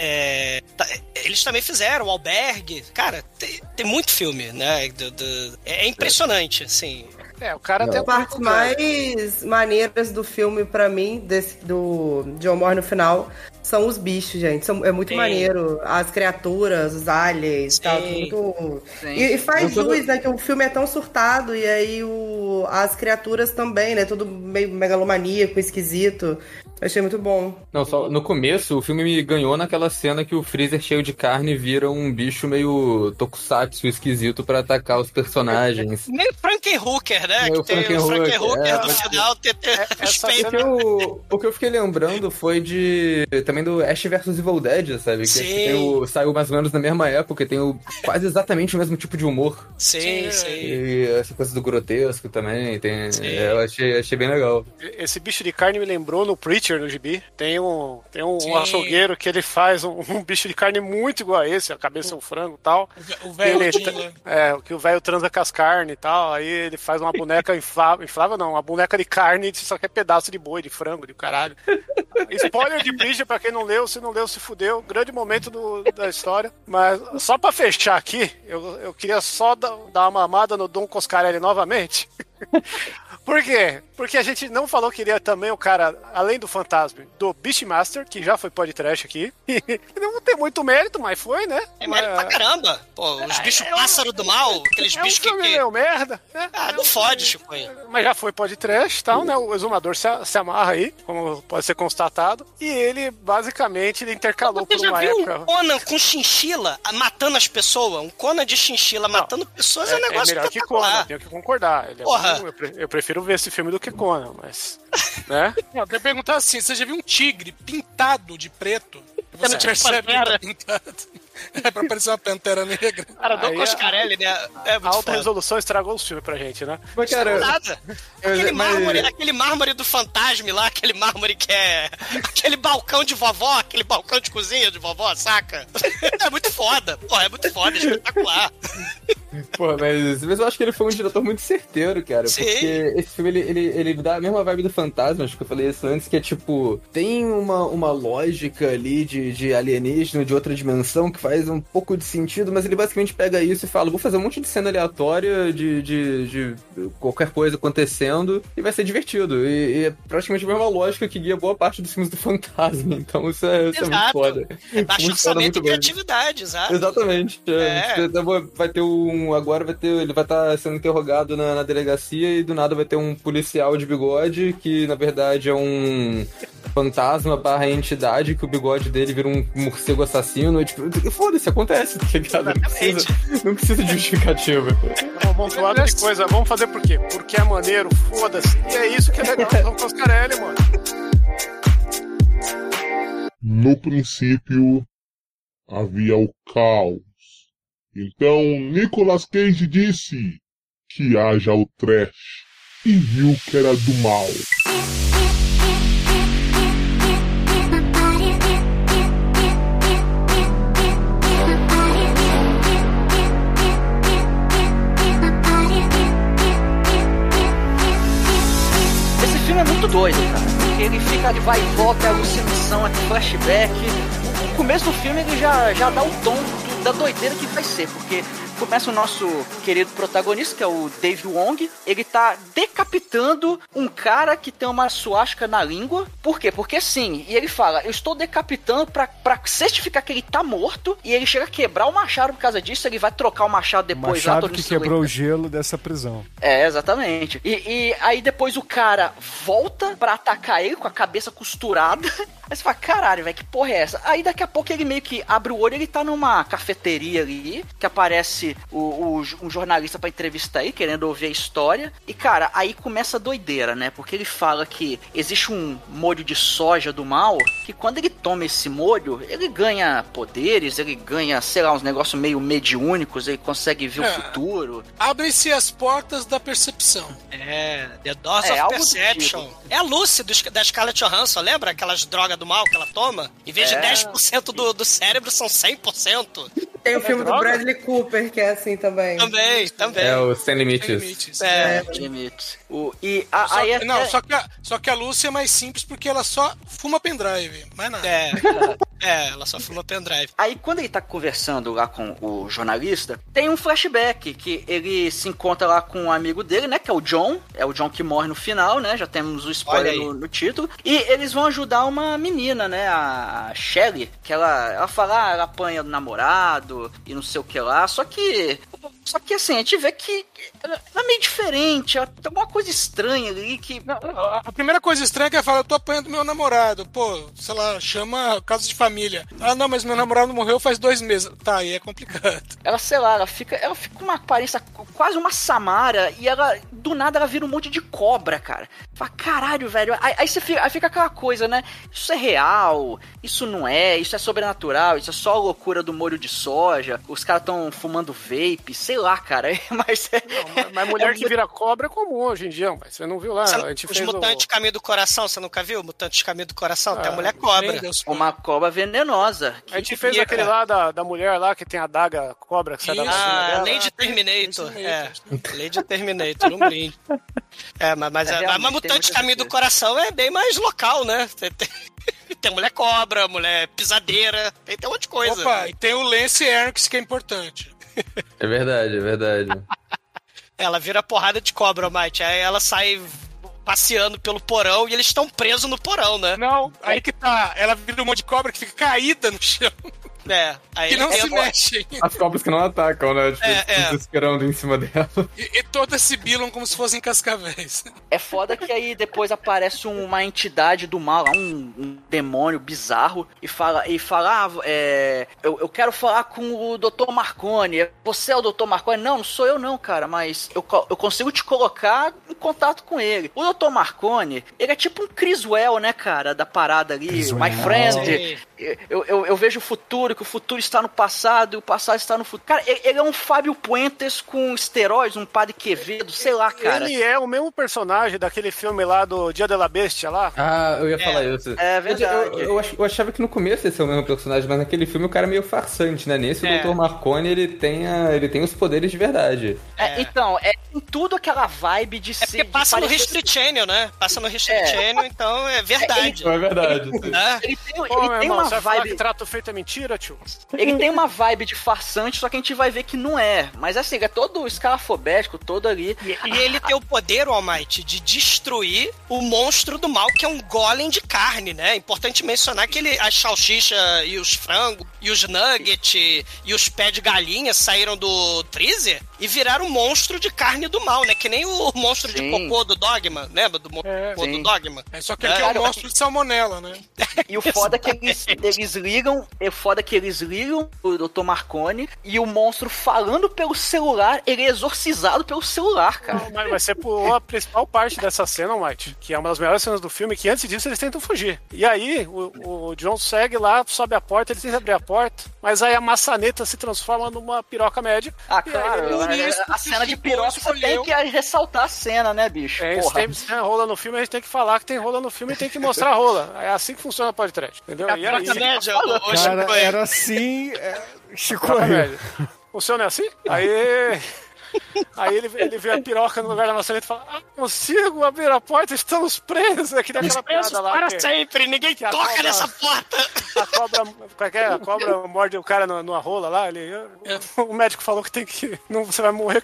eles também fizeram, o Albergue. Cara, tem muito filme, né? É impressionante, assim. O cara tem as partes mais maneiras do filme, pra mim, do John Moore no final, são os bichos, gente. É muito maneiro. As criaturas, os aliens, tal. Muito... E faz jus, né? Que o filme é tão surtado, e aí as criaturas também, né? Tudo meio megalomaníaco, esquisito. Eu achei muito bom. Não, só no começo, o filme me ganhou naquela cena que o freezer cheio de carne vira um bicho meio tokusatsu esquisito pra atacar os personagens. Meio Frankenhooker, né? Meio que tem o Frankenhooker no final. O que eu fiquei lembrando foi também do Ash vs Evil Dead, sabe? Que saiu mais ou menos na mesma época, tem quase exatamente o mesmo tipo de humor. Sim. E essa coisa do grotesco também, eu achei bem legal. Esse bicho de carne me lembrou no Preacher, no gibi. Tem um açougueiro que ele faz um bicho de carne muito igual a esse, a cabeça é um frango e tal. O velho que o velho transa com as carnes e tal, aí ele faz uma boneca inflável não, uma boneca de carne, só que é pedaço de boi, de frango, de caralho. Spoiler de Preacher, pra quem não leu, se não leu, se fudeu. Grande momento da história. Mas só pra fechar aqui, eu queria só dar uma mamada no Dom Coscarelli novamente. Por quê? Porque a gente não falou que ele é também o cara, além do fantasma, do Beastmaster, que já foi podcast aqui. Não tem muito mérito, mas foi, né? É mérito pra caramba. Pô, os bichos pássaro do mal, aqueles bichos que... É merda. Né? Não fode, Chico. Mas já foi podcast e tal, né? O exumador se amarra aí, como pode ser constatado. E ele, basicamente, ele intercalou por uma época... Você já viu um Conan com chinchila matando as pessoas? Um Conan de chinchila matando pessoas é um negócio melhor que Conan, tenho que concordar. Eu prefiro ver esse filme do que Conan, mas... né? Não, eu queria perguntar assim, você já viu um tigre pintado de preto? Você percebe que tá pintado? É pra parecer uma Pantera Negra. Cara, Don Coscarelli, né? É muito a alta foda. resolução estragou o filme pra gente, né? Mas, cara, Nada. Aquele mármore do fantasma lá, aquele mármore que é... Aquele balcão de vovó, aquele balcão de cozinha de vovó, saca? É muito foda. Pô, é muito foda, é espetacular. Pô, mas eu acho que ele foi um diretor muito certeiro, cara. Sim. Porque esse filme, ele dá a mesma vibe do Fantasma, acho que eu falei isso antes, que é tipo, tem uma lógica ali de alienígena, de outra dimensão, que faz um pouco de sentido, mas ele basicamente pega isso e fala, vou fazer um monte de cena aleatória de qualquer coisa acontecendo e vai ser divertido. E é praticamente a mesma lógica que guia boa parte dos filmes do Fantasma, então isso é muito foda. É baixo orçamento e criatividade, exato. Exatamente. Vai ter ele vai estar sendo interrogado na delegacia e do nada vai ter um policial de bigode que na verdade é um fantasma / entidade, que o bigode dele vira um morcego assassino. E, tipo, foda-se, acontece, tá ligado? Não precisa de justificativa. Vamos falar de coisa, vamos fazer por quê? Porque é maneiro, foda-se. E é isso que é legal do Don Coscarelli, mano. No princípio, havia o caos. Então Nicolas Cage disse que haja o trash e viu que era do mal. Esse filme é muito doido, cara. Porque ele fica, ele vai e volta, é alucinação, é flashback. O começo do filme ele já dá o tom da doideira que vai ser, porque começa o nosso querido protagonista, que é o Dave Wong. Ele tá decapitando um cara que tem uma suástica na língua. Por quê? Porque sim. E ele fala, eu estou decapitando pra certificar que ele tá morto. E ele chega a quebrar o machado por causa disso. Ele vai trocar o machado depois. O machado que quebrou o gelo dessa prisão. É, exatamente. E aí depois o cara volta pra atacar ele com a cabeça costurada. Aí você fala, caralho, velho, que porra é essa? Aí daqui a pouco ele meio que abre o olho, ele tá numa cafeteria ali, que aparece um jornalista pra entrevistar aí, querendo ouvir a história. E, cara, aí começa a doideira, né? Porque ele fala que existe um molho de soja do mal, que quando ele toma esse molho, ele ganha poderes, ele ganha, sei lá, uns negócios meio mediúnicos, ele consegue ver o futuro. Abrem-se as portas da percepção. The Doors of Perception. É a Lucy da Scarlett Johansson, lembra? Aquelas drogas do mal que ela toma? Em vez de 10% do cérebro, são 100%. Tem o filme do Bradley Cooper, que é assim também. Também. É o Sem Limites. Sem Limites. Só que a Lucy é mais simples porque ela só fuma pendrive, mais nada. Ela só fuma pendrive. Aí quando ele tá conversando lá com o jornalista, tem um flashback que ele se encontra lá com um amigo dele, né, que é o John. É o John que morre no final, né, já temos o spoiler no título. E eles vão ajudar uma menina, né, a Shelly, que ela fala, ela apanha do namorado e não sei o que lá, só que assim, a gente vê que ela é meio diferente, ela tem alguma coisa estranha ali que... A primeira coisa estranha é que ela fala, eu tô apanhando meu namorado, pô, sei lá, chama caso de família. Ah, não, mas meu namorado morreu faz 2 meses. Tá, aí é complicado. Ela, sei lá, ela fica com uma aparência quase uma Samara e ela, do nada, ela vira um monte de cobra, cara. Fala, caralho, velho. Aí fica aquela coisa, né? Isso é real, isso não é, isso é sobrenatural, isso é só a loucura do molho de soja, os caras tão fumando vape, sei lá, cara. Mas mas mulher que vira cobra é comum hoje em dia, mas você não viu lá? A gente os mutantes Caminho do Coração, você nunca viu? Mutantes Caminho do Coração, tem a mulher cobra. Uma cobra venenosa. A gente fez aquele lá da mulher lá que tem a daga cobra que sai da piscina dela. Lady Terminator. Lady Terminator, um brinde. Mas Mutantes Caminho do Coração é bem mais local, né? Tem mulher cobra, mulher pisadeira, tem um monte de coisa. Opa, e tem o Lance Aerosmith que é importante. É verdade. Ela vira porrada de cobra, Mike. Aí ela sai passeando pelo porão e eles estão presos no porão, né? Não, aí que tá. Ela vira um monte de cobra que fica caída no chão. Aí que não se mexem. As cobras que não atacam, né? Desesperando em cima dela. E todas sibilam como se fossem cascavéis. É foda que aí depois aparece uma entidade do mal, um demônio bizarro, e fala, eu quero falar com o Dr. Marconi. Você é o Dr. Marconi? Não sou eu não, cara, mas eu consigo te colocar em contato com ele. O Dr. Marconi, ele é tipo um Criswell, né, cara, da parada ali, Criswell. My Friend. eu vejo o futuro, que o futuro está no passado e o passado está no futuro. Cara, ele é um Fábio Puentes com esteroides, um Padre Quevedo, sei lá, cara. Ele é o mesmo personagem daquele filme lá do Dia de la Bestia lá. Ah, eu ia falar isso. É verdade. Eu achava que no começo esse é o mesmo personagem, mas naquele filme o cara é meio farsante, né? Nesse, o Dr. Marconi, ele tem os poderes de verdade. Então, tem tudo aquela vibe de ser... porque passa no History Channel, né? Passa no History Channel, então é verdade. É verdade. Ele tem uma você vibe... que trato feito é mentira, tio? Ele tem uma vibe de farsante, só que a gente vai ver que não é. Mas assim, é todo escalafobético, todo ali. E ele tem o poder, o Almighty, de destruir o monstro do mal, que é um golem de carne, né? É importante mencionar que as salsicha e os frangos, e os nuggets, e os pés de galinha saíram do freezer e viraram um monstro de carne do mal, né? Que nem o monstro de cocô do Dogma, lembra do cocô do Dogma? Só que ele é um monstro de salmonela, né? E o foda é que eles ligam o Dr. Marconi e o monstro falando pelo celular, ele é exorcizado pelo celular, cara. Não, mas você pulou a principal parte dessa cena, Mike, que é uma das melhores cenas do filme, que antes disso eles tentam fugir. E aí, o John segue lá, sobe a porta, ele tenta abrir a porta, mas aí a maçaneta se transforma numa piroca média. Ah, claro, a cena de piroca, você tem que ressaltar a cena, né, bicho? Tem rola no filme, a gente tem que falar que tem rola no filme e tem que mostrar a rola. É assim que funciona o podcast, entendeu? A piroca média, cara, era assim... Chico O seu não é assim? Aí ele vê a piroca no lugar da maçaneta e fala: consigo abrir a porta, estamos presos. Aqui daquela piada lá. Para sempre, ninguém toca nessa porta. A cobra morde o cara numa rola lá. O médico falou que tem que. Não, você vai morrer.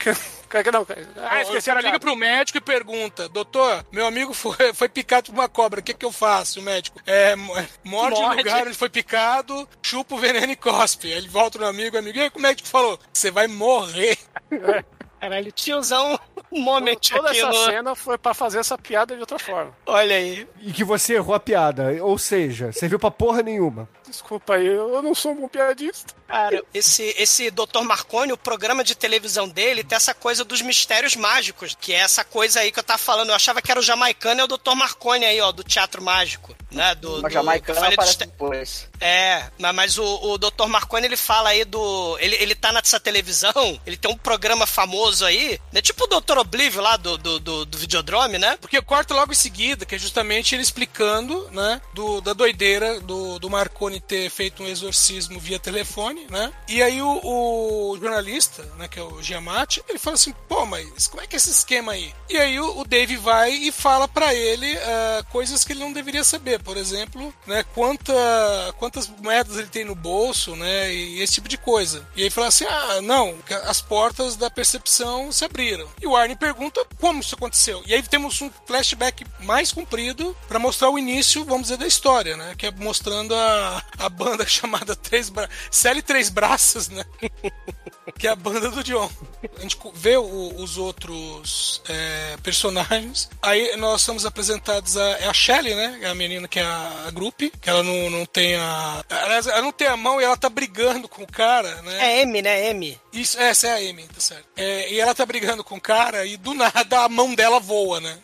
Esqueci. O cara liga pro médico e pergunta: doutor, meu amigo foi picado por uma cobra, o que eu faço? O médico: morde o lugar onde foi picado, chupa o veneno e cospe. Aí ele volta no amigo, e aí o médico falou: você vai morrer. Caralho, tiozão, um momento toda essa cena foi pra fazer essa piada de outra forma. Olha aí. E que você errou a piada, ou seja, serviu pra porra nenhuma. Desculpa aí, eu não sou um bom piadista. Cara, esse Dr. Marconi, o programa de televisão dele tem essa coisa dos mistérios mágicos, que é essa coisa aí que eu tava falando. Eu achava que era o jamaicano, é o Dr. Marconi aí, ó, do teatro mágico, né? O jamaicano aparece depois. Mas o Dr. Marconi, ele fala aí ele tá nessa televisão, ele tem um programa famoso aí, né? Tipo o Dr. Oblivion lá do Videodrome, né? Porque corta logo em seguida, que é justamente ele explicando, né? Da doideira do Marconi ter feito um exorcismo via telefone, né? E aí o jornalista, né, que é o Giamatti, ele fala assim: pô, mas como é que é esse esquema aí? E aí o Dave vai e fala pra ele coisas que ele não deveria saber. Por exemplo, né, quantas moedas ele tem no bolso, né? E esse tipo de coisa. E aí fala assim: não, as portas da percepção se abriram. E o Arnie pergunta como isso aconteceu. E aí temos um flashback mais comprido pra mostrar o início, vamos dizer, da história, né? Que é mostrando a banda chamada Célia Três Braços, né? Que é a banda do John. A gente vê os outros personagens. Aí nós somos apresentados a Shelley, né? É a menina que é a Groupie, que ela não tem aliás, ela não tem a mão e ela tá brigando com o cara, né? É Amy, né? Amy. Isso, essa é a Amy, tá certo. E ela tá brigando com o cara e do nada a mão dela voa, né?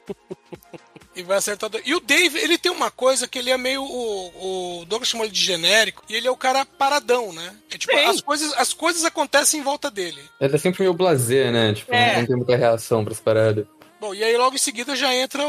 E vai acertar. E o Dave, ele tem uma coisa que ele é meio. O Douglas chamou ele de genérico. E ele é o cara paradão, né? É tipo, as coisas acontecem em volta dele. Ele é sempre meio blasé, né? Tipo, não tem muita reação pra essa parada. Bom, e aí logo em seguida já entra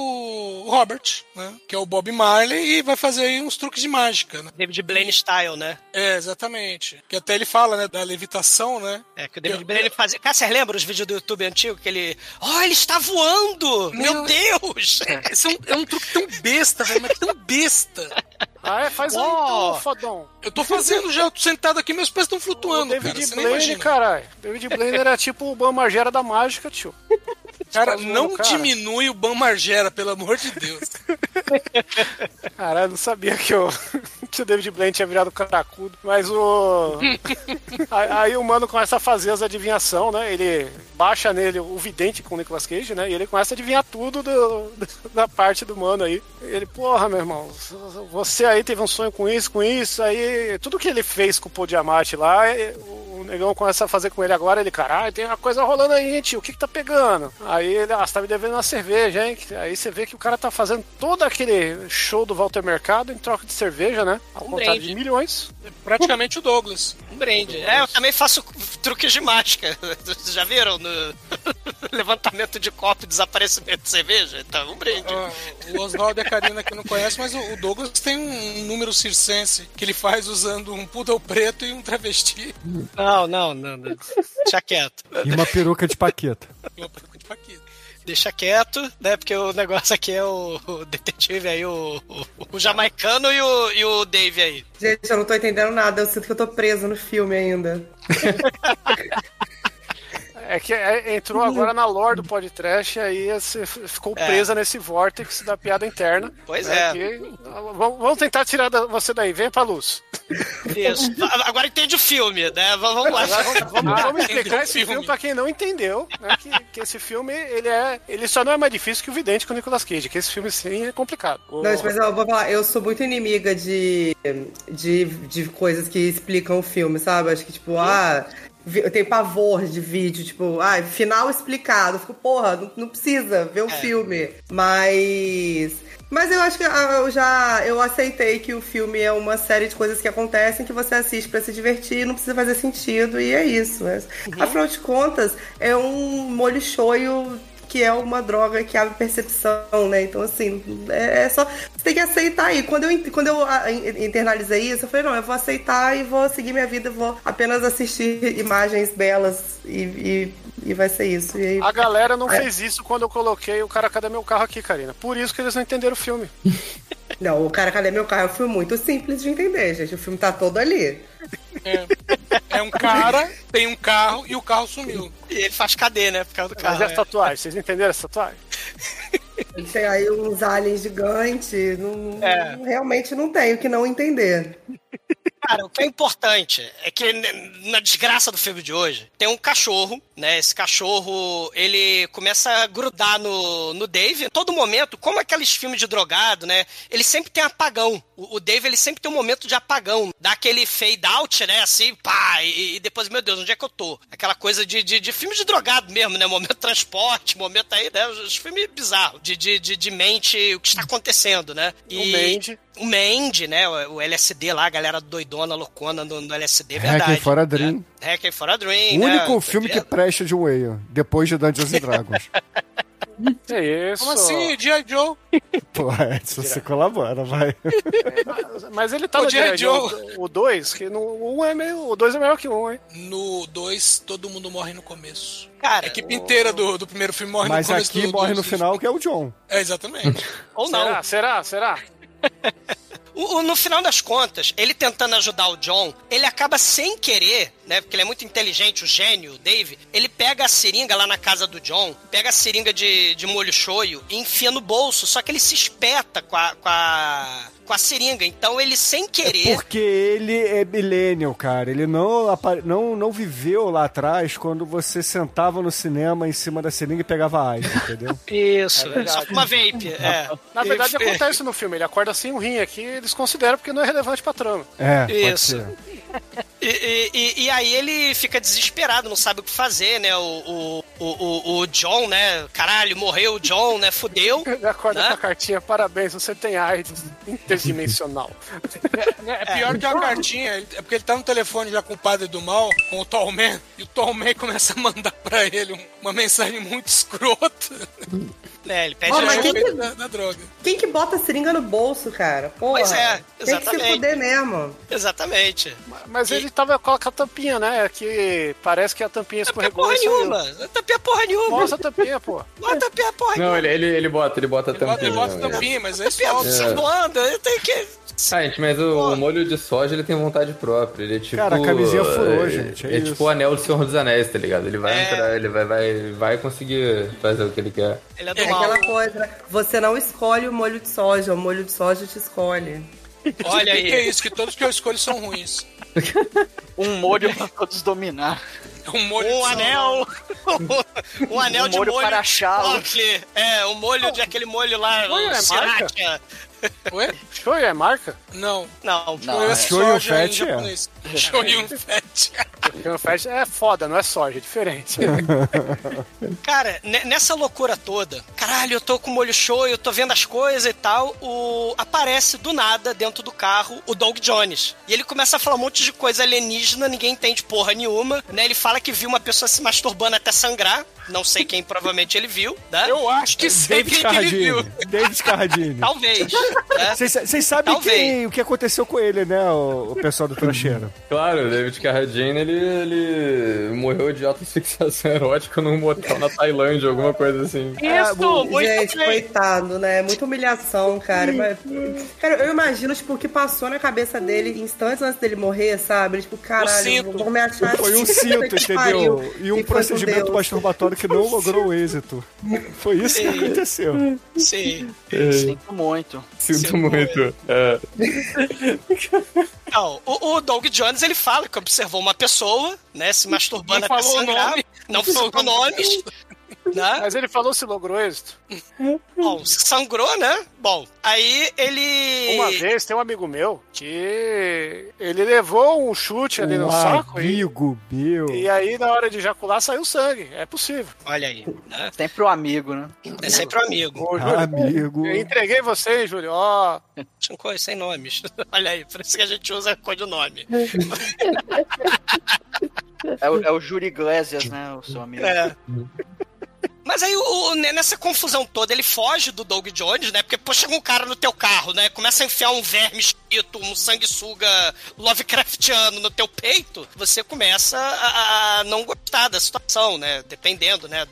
o Robert, né? Que é o Bob Marley, e vai fazer aí uns truques de mágica, né? David Blaine style, né? Exatamente. Que até ele fala, né? Da levitação, né? Que o David Blaine fazia... Cara, você lembra os vídeos do YouTube antigo? Que ele... ele está voando! Meu Deus! Esse é um truque tão besta, velho, mas tão besta. Faz aí então, fodão. Eu tô fazendo já, eu tô sentado aqui, meus pés estão flutuando. David Blaine, caralho. David Blaine era tipo o Ban Margera da mágica, tio. Cara, não diminui o Ban Margera, pelo amor de Deus. Cara, eu não sabia que o David Blaine tinha virado cracudo. Mas aí o mano começa a fazer as adivinhação, né? Ele baixa nele o vidente com o Nicolas Cage, né? E ele começa a adivinhar tudo da parte do mano aí. Ele, porra, meu irmão, você aí teve um sonho com isso, aí tudo que ele fez com o Paul Giamatti lá, o o negão começa a fazer com ele agora, ele, caralho, tem uma coisa rolando aí, tio, o que tá pegando? Aí ele, você tá me devendo uma cerveja, hein? Aí você vê que o cara tá fazendo todo aquele show do Walter Mercado em troca de cerveja, né? Ao contrário de milhões. Praticamente o Douglas. Um brinde. Eu também faço truques de mágica. Vocês já viram no levantamento de copo e desaparecimento de cerveja? Então, um brinde. O Oswaldo e a Karina que não conhecem, mas o Douglas tem um número circense que ele faz usando um poodle preto e um travesti. Não. Deixa quieto. E uma peruca de Paquita. Deixa quieto, né? Porque o negócio aqui é o detetive aí, o jamaicano e o Dave aí. Gente, eu não tô entendendo nada. Eu sinto que eu tô preso no filme ainda. É que entrou agora na lore do podcast e aí você ficou presa nesse vórtice da piada interna. Pois né, vamos tentar tirar você daí. Vem pra luz. Isso. Agora entende o filme, né? Vamos lá. Vamos explicar esse filme pra quem não entendeu, né? Que esse filme, ele só não é mais difícil que o Vidente com o Nicolas Cage, que esse filme, sim, é complicado. Não, mas eu vou falar, eu sou muito inimiga de coisas que explicam o filme, sabe? Acho que, tipo, eu tenho pavor de vídeo, tipo, final explicado. Eu fico, porra, não precisa ver o filme. Mas eu acho que eu aceitei que o filme é uma série de coisas que acontecem que você assiste pra se divertir, não precisa fazer sentido, e é isso. Afinal de contas, é um molho shoyu que é uma droga que abre percepção, né? Então, assim, é só... Você tem que aceitar aí. Quando eu internalizei isso, eu falei, não, eu vou aceitar e vou seguir minha vida, vou apenas assistir imagens belas e vai ser isso. E aí, a galera não fez isso quando eu coloquei o Cara, Cadê Meu Carro aqui, Karina. Por isso que eles não entenderam o filme. Não, o Cara, Cadê Meu Carro é um filme muito simples de entender, gente. O filme tá todo ali. É um cara, tem um carro e o carro sumiu. E ele faz cadê, né? Por causa do carro. Mas essa tatuagem, vocês entenderam essa tatuagem? Tem aí uns aliens gigantes. Realmente não tem o que não entender. Cara, o que é importante é que na desgraça do filme de hoje, tem um cachorro, né? Esse cachorro, ele começa a grudar no Dave. Todo momento, como aqueles filmes de drogado, né? Ele sempre tem apagão. O Dave, ele sempre tem um momento de apagão. Dá aquele fade out, né? Assim, pá, e depois, meu Deus, onde é que eu tô? Aquela coisa de filme de drogado mesmo, né? Momento de transporte, momento aí, né? Os filmes bizarros. De mente, o que está acontecendo, né? O Mandy, né? O LSD lá, a galera doidona, loucona no LSD, verdade. Hacking for a Dream. Né? Hacking for a Dream, o único filme que presta de Whale, depois de Dungeons and Dragons. É isso. Como assim, G.I. Joe? Pô, Edson, você colabora, vai. Mas ele tá no G.I. Joe. O 2, que o 2 é melhor que o 1, hein? No 2, todo mundo morre no começo. Cara, a equipe inteira do primeiro filme morre no começo. Mas aqui morre no final, que é o John. Exatamente. Ou não. Será? No final das contas, ele tentando ajudar o John, ele acaba sem querer, né? Porque ele é muito inteligente, o gênio, o Dave. Ele pega a seringa lá na casa do John, pega a seringa de molho shoyu e enfia no bolso. Só que ele se espeta com a seringa. Então ele, sem querer... É porque ele é millennial, cara. Ele não viveu lá atrás quando você sentava no cinema em cima da seringa e pegava ar, entendeu? Isso, só uma vape. Na verdade, acontece no filme. Ele acorda assim, um rim aqui, eles consideram porque não é relevante pra trama. Isso. E aí ele fica desesperado, não sabe o que fazer, né? O John, né? Caralho, morreu o John, né? Fudeu. Ele acorda com a cartinha, parabéns, você tem AIDS interdimensional. É pior que a cartinha, é porque ele tá no telefone já com o padre do mal, com o Tallman, e o Tallman começa a mandar pra ele uma mensagem muito escrota. Ele pede da droga. Quem que bota a seringa no bolso, cara? Porra, pois é, exatamente. Tem que se fuder mesmo. Exatamente. Mas ele tava com a tampinha, né? Que parece que a tampinha escorregou. Porra nenhuma. A tampinha porra nenhuma. Mostra a tampinha, pô. A tampinha porra nenhuma. Não, ele bota a tampinha. Ele bota a tampinha, mas é só. Voando, eu tenho que... gente, mas o molho de soja, ele tem vontade própria. Ele é tipo... Cara, a camisinha furou, gente. É tipo o anel do Senhor dos Anéis, tá ligado? Ele vai entrar, ele vai conseguir fazer o que ele quer. Ele é do mal. Aquela coisa, né? Você não escolhe o molho de soja, o molho de soja te escolhe. Olha aí. O que é isso? Que todos que eu escolho são ruins. Um molho pra todos dominar. Um anel. Um anel de molho para achá-lo. Um molho de aquele molho lá, o sriracha. Ué? Shoyu é marca? Não. Não. Shoyu Fat Shoyu Fat. Canfete é foda, não é soja, é diferente. Cara, nessa loucura toda, caralho, eu tô com o molho show, eu tô vendo as coisas e tal, aparece do nada, dentro do carro, o Doug Jones. E ele começa a falar um monte de coisa alienígena, ninguém entende porra nenhuma, né? Ele fala que viu uma pessoa se masturbando até sangrar. Não sei quem, provavelmente ele viu, né? Eu acho que sei quem ele viu. David Carradine. Talvez. Vocês sabem o que aconteceu com ele, né? O pessoal do Trancheira. Claro, o David Carradine, ele morreu de autoasfixiação erótica num motel na Tailândia, alguma coisa assim. Isso, gente, coitado, né? Muita humilhação, cara. Mas, cara, eu imagino, tipo, o que passou na cabeça dele instantes antes dele morrer, sabe? Tipo, caralho, vou me achar... Foi um cinto, entendeu? E um procedimento masturbatório que não logrou o êxito. Foi isso que aconteceu. Sim. Sinto muito. Sinto muito. Não, o Doug Jones, ele fala que observou uma pessoa, né, se masturbando até sangrar. Não falou nomes. Né? Mas ele falou se logrou êxito. Bom, sangrou, né? Bom, aí ele... Uma vez tem um amigo meu que ele levou um chute ali no saco. Amigo meu. E aí, na hora de ejacular, saiu sangue. É possível. Olha aí. Né? Sempre o amigo, né? É sempre o amigo. Ô, Júlio, amigo. Eu entreguei vocês, Júlio. Ó. São coisas sem nomes. Olha aí, por isso que a gente usa codinome. É o Júlio Iglesias, né? O seu amigo. É. Mas aí, nessa confusão toda, ele foge do Doug Jones, né? Porque, pô, chega um cara no teu carro, né? Começa a enfiar um verme escrito, um sanguessuga Lovecraftiano no teu peito, você começa a não gostar da situação, né? Dependendo, né?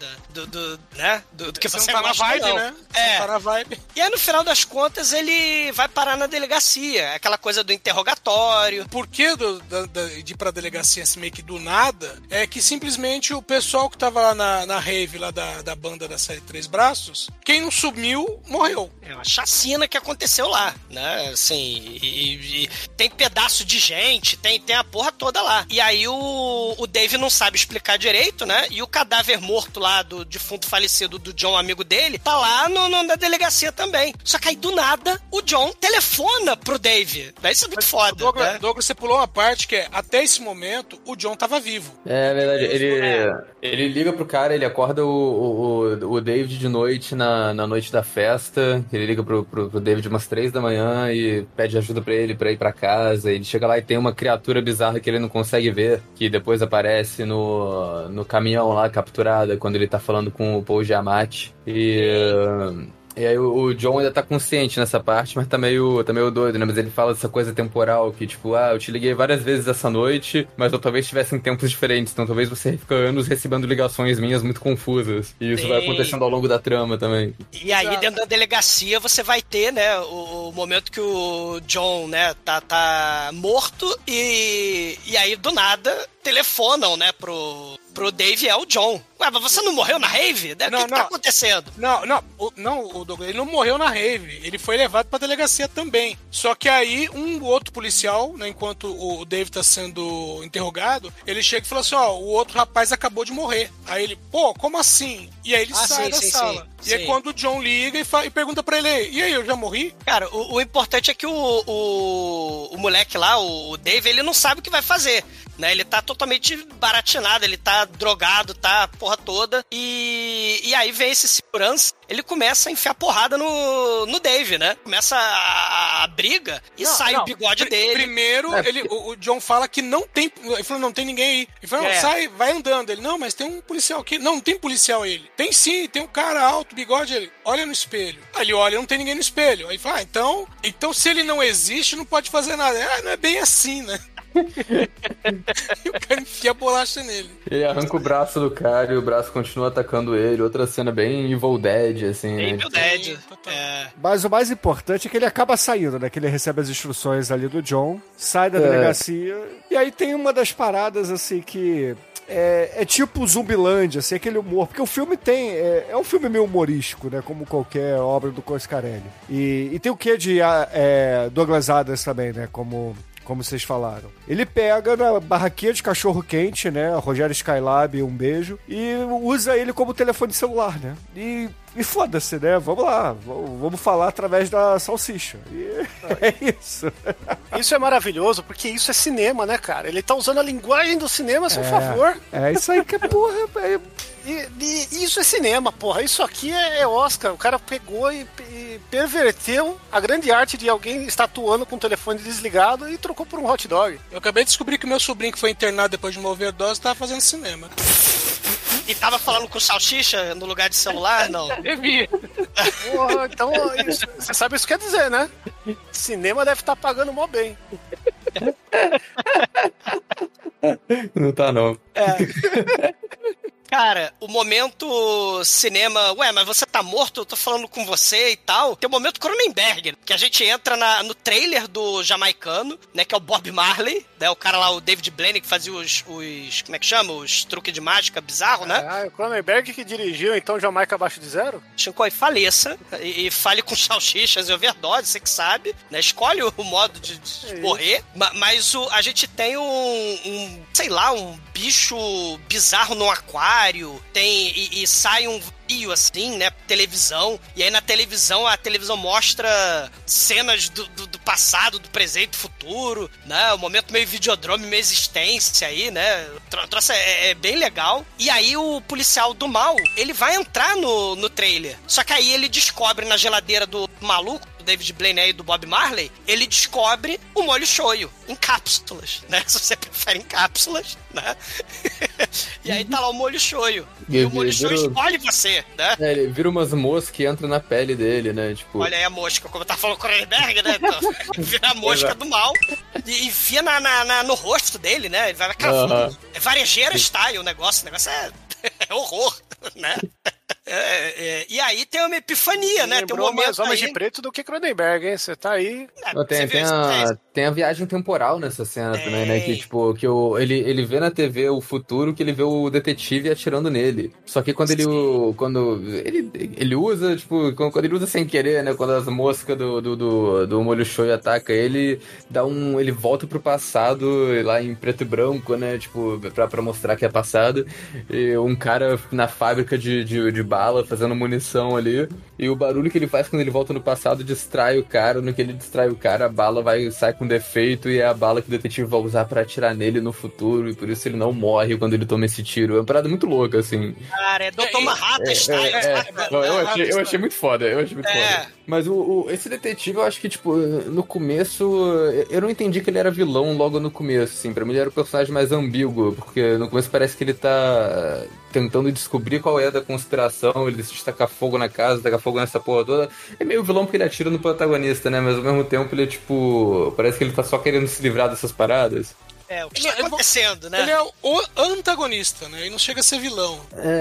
Do que você não tá gosta, na vibe, não. né? É. Não tá na vibe. E aí, no final das contas, ele vai parar na delegacia. Aquela coisa do interrogatório. Por que de ir pra delegacia assim, meio que do nada? É que simplesmente o pessoal que tava lá na rave, lá da banda da série Três Braços, quem não sumiu, morreu. É uma chacina que aconteceu lá, né? Assim, e tem pedaço de gente, tem a porra toda lá. E aí o Dave não sabe explicar direito, né? E o cadáver morto lá do defunto falecido do John, amigo dele, tá lá na delegacia também. Só que aí do nada, o John telefona pro Dave. Isso é muito foda. Douglas, você pulou uma parte que é, até esse momento, o John tava vivo. É verdade, ele liga pro cara, ele acorda o David de noite, na noite da festa, ele liga pro David umas 3 da manhã e pede ajuda pra ele pra ir pra casa. Ele chega lá e tem uma criatura bizarra que ele não consegue ver, que depois aparece no caminhão lá, capturada, quando ele tá falando com o Paul Giamatti. E aí o John ainda tá consciente nessa parte, mas tá meio doido, né? Mas ele fala dessa coisa temporal, que tipo, eu te liguei várias vezes essa noite, mas eu talvez estivesse em tempos diferentes, então talvez você fique anos recebendo ligações minhas muito confusas. E isso vai acontecendo ao longo da trama também. E aí dentro da delegacia você vai ter, né, o momento que o John, né, tá morto e aí do nada telefonam, né, pro Dave, é o John. Ué, mas você não morreu na rave? O que tá acontecendo? Não, o Douglas, ele não morreu na rave. Ele foi levado pra delegacia também. Só que aí, um outro policial, né, enquanto o Dave tá sendo interrogado, ele chega e fala assim, o outro rapaz acabou de morrer. Aí ele, como assim? E aí ele sai da sala. E aí quando o John liga e pergunta pra ele, e aí, eu já morri? Cara, o importante é que o moleque lá, o Dave, ele não sabe o que vai fazer, né? Ele tá totalmente baratinado, ele tá drogado, tá a porra toda. E aí vem esse segurança, ele começa a enfiar porrada no Dave, né? Começa a briga e sai o bigode dele. Primeiro, o John fala que não tem... Ele falou, não tem ninguém aí. Ele falou, sai, vai andando. Ele, não, mas tem um policial aqui. Não tem policial ele. Tem sim, tem um cara alto, bigode. Ele, olha no espelho. Aí ele olha, não tem ninguém no espelho. Aí ele fala, então se ele não existe, não pode fazer nada. Não é bem assim, né? E o cara enfia a bolacha nele. Ele arranca o braço do cara e o braço continua atacando ele. Outra cena bem Evil Dead, assim, né? Evil Dead. Mas o mais importante é que ele acaba saindo, né? Que ele recebe as instruções ali do John, sai da delegacia. E aí tem uma das paradas, assim, que... É tipo Zumbilândia, assim, aquele humor. Porque o filme é um filme meio humorístico, né? Como qualquer obra do Coscarelli. E tem o quê de Douglas Adams também, né? Como como vocês falaram. Ele pega na barraquinha de cachorro-quente, né? A Rogério Skylab, um beijo, e usa ele como telefone celular, né? E foda-se, né? Vamos lá, vamos falar através da salsicha. E é isso. Isso é maravilhoso, porque isso é cinema, né, cara? Ele tá usando a linguagem do cinema a seu favor. É isso aí que é porra, velho. E isso é cinema, porra. Isso aqui é Oscar. O cara pegou e perverteu a grande arte de alguém estatuando com o telefone desligado e trocou por um hot dog. Eu acabei de descobrir que o meu sobrinho, que foi internado depois de uma overdose, tava fazendo cinema. E tava falando com salsicha no lugar de celular, não? Devia. Porra, então, você sabe o que isso quer dizer, né? Cinema deve estar pagando mó bem. Não tá, não. Cara, o momento cinema... Ué, mas você tá morto? Eu tô falando com você e tal. Tem o momento Cronenberg, que a gente entra no trailer do jamaicano, né? Que é o Bob Marley, né? O cara lá, o David Blaine, que fazia os como é que chama? Os truques de mágica bizarro, né? Ah, o Cronenberg que dirigiu, então, Jamaica Abaixo de Zero? Shinkoi, faleça e fale com salsichas e overdose, você que sabe, né? Escolhe o modo de morrer. Mas a gente tem sei lá, um bicho bizarro no aquário, e sai um vídeo assim, né, televisão, e aí na televisão, a televisão mostra cenas do passado, do presente, do futuro, né, o momento meio Videodrome, meio existência aí, né, o troço é bem legal, e aí o policial do mal, ele vai entrar no trailer, só que aí ele descobre na geladeira do maluco, do David Blaine aí, do Bob Marley, ele descobre o molho shoyu, em cápsulas, né, se você prefere em cápsulas, né, e aí tá lá o molho shoyu, e o molho shoyu escolhe você, né. Ele vira umas moscas e entra na pele dele, né, tipo... Olha aí a mosca, como tá falando Cronenberg, né, então, vira a mosca do mal, e enfia no rosto dele, né, ele vai cavando, é varejeira style o negócio é horror, né. E aí tem uma epifania, né? Tem um momento mais Homens de Preto do que Cronenberg, hein? Você tá aí... Tem a viagem temporal nessa cena também, né? Que, tipo, ele vê na TV o futuro, que ele vê o detetive atirando nele. Só que quando ele usa, tipo, quando ele usa sem querer, né? Quando as moscas do molho shoyu atacam ele, ele volta pro passado, lá em preto e branco, né? Tipo, pra mostrar que é passado. E um cara na fábrica de bala, fazendo munição ali, e o barulho que ele faz quando ele volta no passado distrai o cara. No que ele distrai o cara, a bala sai com defeito, e é a bala que o detetive vai usar pra atirar nele no futuro, e por isso ele não morre quando ele toma esse tiro. É uma parada muito louca, assim. Cara, é Dr. Manhattan style. Eu achei muito foda, foda. Mas esse detetive, eu acho que, tipo, no começo, eu não entendi que ele era vilão logo no começo, assim. Pra mim ele era o personagem mais ambíguo, porque no começo parece que ele tá tentando descobrir qual é da conspiração, ele decide tacar fogo na casa, tacar fogo nessa porra toda. É meio vilão porque ele atira no protagonista, né? Mas ao mesmo tempo ele, tipo, parece que ele tá só querendo se livrar dessas paradas. O que está acontecendo, né? Ele é o antagonista, né? Ele não chega a ser vilão.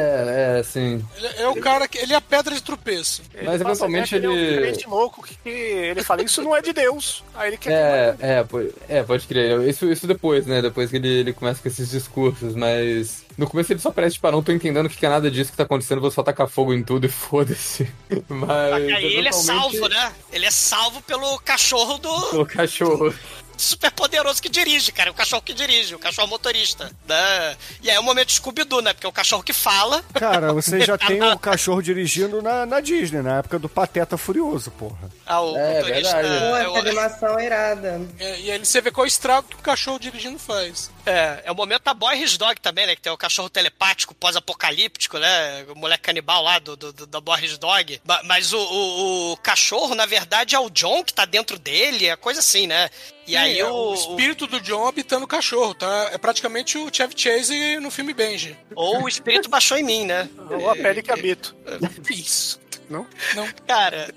Sim. Ele é o cara que... Ele é a pedra de tropeço. Mas eventualmente ele... é um crente louco que ele fala, isso não é de Deus. Aí ele quer... pode crer. Isso depois, né? Depois que ele começa com esses discursos, mas... No começo ele só parece, tipo, não tô entendendo o que é nada disso que tá acontecendo, vou só tacar fogo em tudo e foda-se. Mas... Aí ele é salvo, né? Ele é salvo pelo cachorro Pelo cachorro. Super poderoso que dirige, cara. O cachorro que dirige, o cachorro motorista. Né? E aí é o momento Scooby-Doo, né? Porque é o cachorro que fala. Cara, você já tem o cachorro dirigindo na Disney, na época do Pateta Furioso, porra. O motorista. Pô, animação irada. E aí você vê qual é o estrago que o cachorro dirigindo faz. É o momento da Boy His Dog também, né? Que tem o cachorro telepático, pós-apocalíptico, né? O moleque canibal lá da Boy His Dog. Mas o cachorro, na verdade, é o John que tá dentro dele, é coisa assim, né? E aí o espírito do John habitando o cachorro, tá? É praticamente o Chevy Chase no filme Benji. Ou o espírito baixou em mim, né? Ou a pele que habito. Isso. Não? Cara,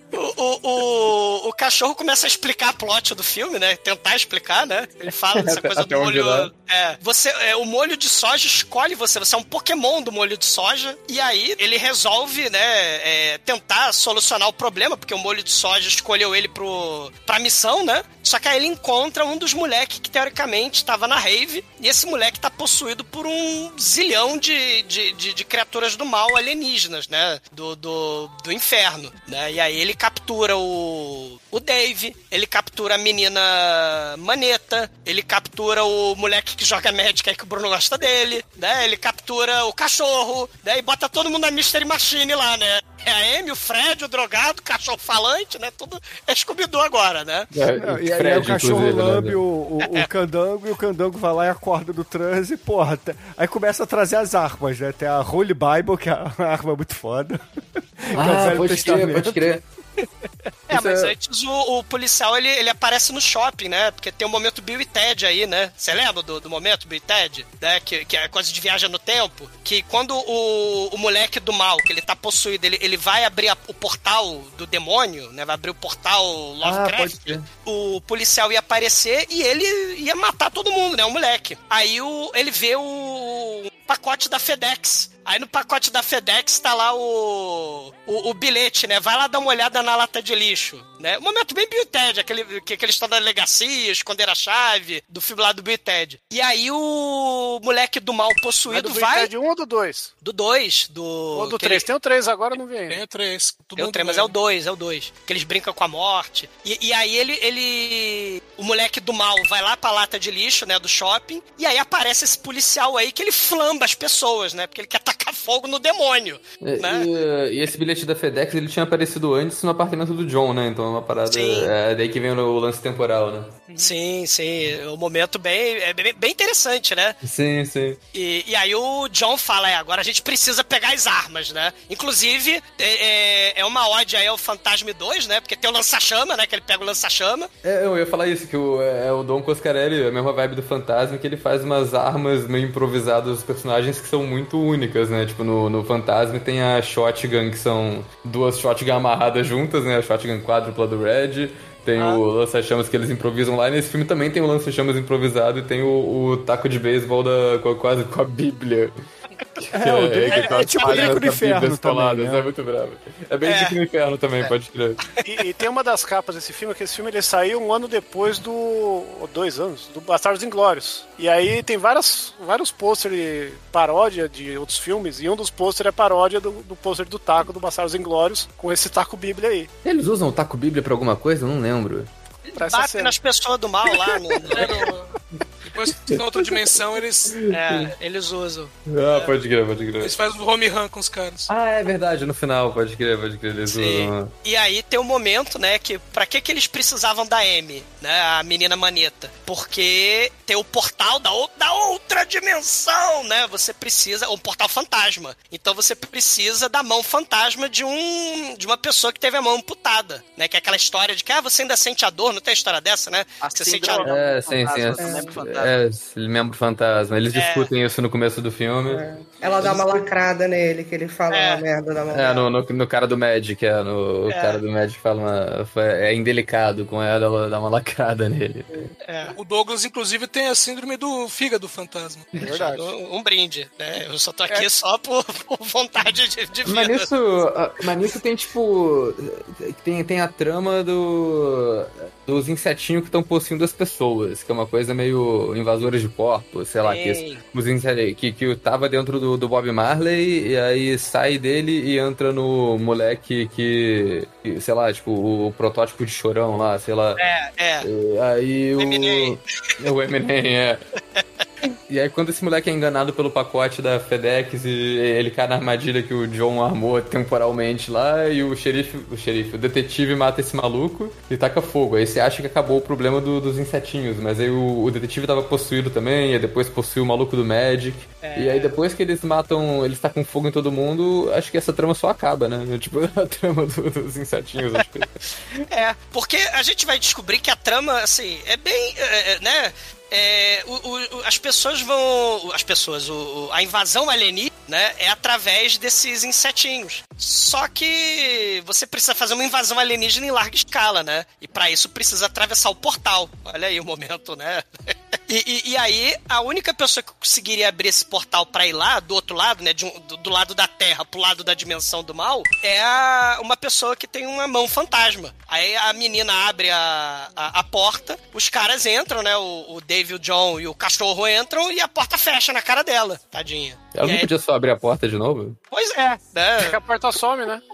o cachorro começa a explicar a plot do filme, né? Tentar explicar, né? Ele fala dessa coisa do molho... o molho de soja escolhe você. Você é um Pokémon do molho de soja. E aí, ele resolve, né? Tentar solucionar o problema, porque o molho de soja escolheu ele pra missão, né? Só que aí ele encontra um dos moleques que, teoricamente, estava na rave. E esse moleque tá possuído por um zilhão de criaturas do mal alienígenas, né? Do inferno, né? E aí ele captura o Dave, ele captura captura a menina Maneta, ele captura o moleque que joga Magic aí que o Bruno gosta dele, né? Ele captura o cachorro, né? E bota todo mundo na Mystery Machine lá, né? É a Amy, o Fred, o drogado, o cachorro falante, né? Tudo é Scooby-Doo agora, né? E aí o cachorro lambe o candango, e o candango vai lá e acorda do transe, e porra, aí começa a trazer as armas, né? Tem a Holy Bible, que é uma arma muito foda. Pode crer. Mas antes o policial, ele aparece no shopping, né? Porque tem o momento Bill e Ted aí, né? Você lembra do momento Bill e Ted? Né? Que é coisa de viagem no tempo. Que quando o moleque do mal, que ele tá possuído, ele vai abrir o portal do demônio, né? Vai abrir o portal Lovecraft. O policial ia aparecer e ele ia matar todo mundo, né? O moleque. Aí ele vê o pacote da FedEx. Aí no pacote da FedEx tá lá o bilhete, né? Vai lá dar uma olhada na lata de lixo, né? Um momento bem Bill e Ted, que eles estão na delegacia, esconder a chave, do filme lá do Bill e Ted. E aí o moleque do mal possuído do vai... Bill e Ted 1 ou do 2? Do 2. Ou do 3. Tem o 3 agora, não vem. Tem o 3. Tem o 3, mas é o 2, Que eles brincam com a morte. E aí ele... O moleque do mal vai lá pra lata de lixo, né? Do shopping. E aí aparece esse policial aí que ele flamba as pessoas, né? Porque ele quer tacar fogo no demônio, né? E esse bilhete da FedEx, ele tinha aparecido antes no apartamento do John, né? Então é uma parada... Sim. É daí que vem o lance temporal, né? Sim. Um momento bem interessante, né? Sim. E aí o John fala, agora a gente precisa pegar as armas, né? Inclusive, é uma ode aí ao Fantasma 2, né? Porque tem o lança-chama, né? Que ele pega o lança-chama. Eu ia falar isso, que o Don Coscarelli, a mesma vibe do Fantasma, que ele faz umas armas meio improvisadas dos personagens que são muito únicas, né? Tipo, no Fantasma tem a Shotgun, que são duas Shotgun amarradas juntas, né? A Shotgun quádrupla do Red. Tem o lança-chamas que eles improvisam lá. E nesse filme também tem o lança-chamas improvisado e tem o taco de beisebol quase com a Bíblia. É tipo o Drico do Inferno também, né? É muito bravo. É bem Drico do Inferno também, pode crer. E tem uma das capas desse filme, que esse filme ele saiu um ano depois ou 2 anos, do Bastardos Inglórios. E aí tem vários pôsteres de paródia de outros filmes, e um dos pôsteres é paródia do pôster do taco do Bastardos Inglórios, com esse taco Bíblia aí. Eles usam o taco Bíblia pra alguma coisa? Eu não lembro. Bate nas pessoas do mal lá no... Depois, na outra dimensão, eles usam. Pode crer. Eles fazem o home run com os caras. É verdade, no final, pode crer, eles usam. E aí tem um momento, né, que pra que eles precisavam da Amy, né, a menina maneta? Porque tem o portal da outra dimensão, né, você precisa, um portal fantasma. Então você precisa da mão fantasma de uma pessoa que teve a mão amputada, né, que é aquela história de que, você ainda sente a dor, não tem a história dessa, né? Você sente a dor. Sim. Membro fantasma. Eles discutem isso no começo do filme. Ela dá uma lacrada nele, que ele fala uma merda da mão. No cara do Magic, o cara do Magic fala é indelicado com ela dá uma lacrada nele. O Douglas, inclusive, tem a síndrome do fígado fantasma. É verdade. Um brinde, né? Eu só tô aqui só por vontade de vida. Mas nisso tem, tipo... Tem a trama dos insetinhos que estão possuindo as pessoas, que é uma coisa meio invasores de corpos, sei lá, que tava dentro do Bob Marley, e aí sai dele e entra no moleque que sei lá, tipo, o protótipo de Chorão lá, sei lá. Aí o Eminem, E aí quando esse moleque é enganado pelo pacote da FedEx e ele cai na armadilha que o John armou temporalmente lá, e o detetive mata esse maluco e taca fogo. Aí você acha que acabou o problema dos insetinhos, mas aí o detetive tava possuído também, e aí depois possui o maluco do Magic. E aí depois que eles matam, eles tacam fogo em todo mundo, acho que essa trama só acaba, né? Tipo, a trama dos insetinhos, acho que... Porque a gente vai descobrir que a trama, assim, é bem, né... as pessoas vão... a invasão alienígena, né, é através desses insetinhos. Só que você precisa fazer uma invasão alienígena em larga escala, né? E pra isso precisa atravessar o portal. Olha aí o momento, né? E aí, a única pessoa que conseguiria abrir esse portal pra ir lá, do outro lado, né, do lado da Terra pro lado da dimensão do mal, é uma pessoa que tem uma mão fantasma. Aí a menina abre a porta, os caras entram, né, o Dave, o John e o cachorro entram e a porta fecha na cara dela, tadinha. Ela não podia só abrir a porta de novo? Pois é, né? Porque a porta some, né? Pô,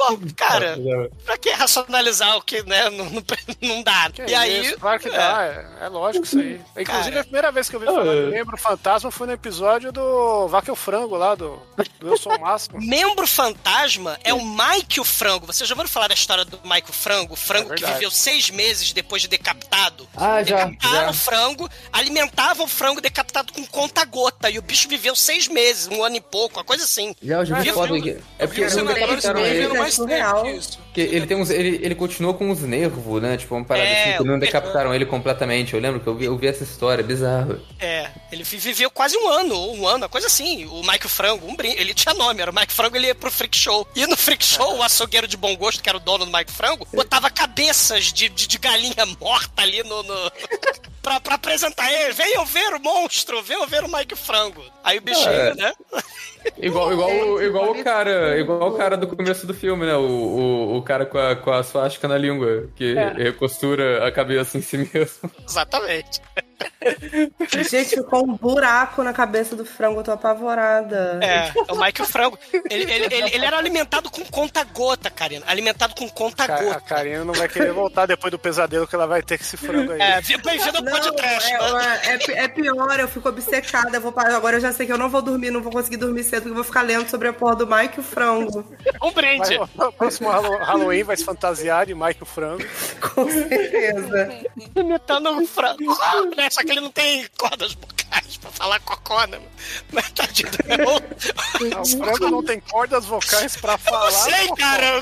Pô, cara, pra que racionalizar o que, né, não dá? Que e aí... Isso, claro que dá, é lógico isso aí. Inclusive, a primeira vez que eu vi falar de membro fantasma foi no episódio do Vaca e o Frango lá, do Eu Sou o Máximo. Membro fantasma é o Mike o Frango. Vocês já ouviram falar da história do Mike o Frango? O frango que viveu 6 meses depois de decapitado. Decapitaram o frango, alimentavam o frango decapitado com conta-gota. E o bicho viveu 6 meses, 1 ano e pouco, uma coisa assim. Já vi foto aqui. É porque não decapitaram ele. Mais tempo que isso. Ele continuou com os nervos, né? Tipo, uma parada assim, que não decapitaram ele completamente. Eu lembro que eu vi essa história, bizarro. Ele viveu quase um ano, uma coisa assim. O Mike o Frango, ele tinha nome, era o Mike Frango, ele ia pro Freak Show. E no Freak Show, o açougueiro de bom gosto, que era o dono do Mike Frango, botava cabeças de galinha morta ali pra apresentar ele. Venham ver o monstro, venham ver o Mike Frango. Aí o bichinho, né? Igual o cara do começo do filme, né? O cara com a suástica na língua, que recostura a cabeça em si mesmo. Exatamente. Gente, ficou um buraco na cabeça do frango, eu tô apavorada. É o Mike o Frango. Ele era alimentado com conta-gota, Karina. Alimentado com conta-gota. A Karina não vai querer voltar depois do pesadelo que ela vai ter com esse frango aí. Bem-vindo ao podcast. É pior, eu fico obcecada. Agora eu já sei que eu não vou dormir, não vou conseguir dormir cedo, porque eu vou ficar lendo sobre a porra do Mike o Frango. Um brinde. O próximo Halloween vai se fantasiar de Mike o Frango. Com certeza. Imitando um frango. Só que ele não tem cordas vocais pra falar cocó, né? Mas tadinho. O frango não tem cordas vocais pra falar. Eu não sei, cara.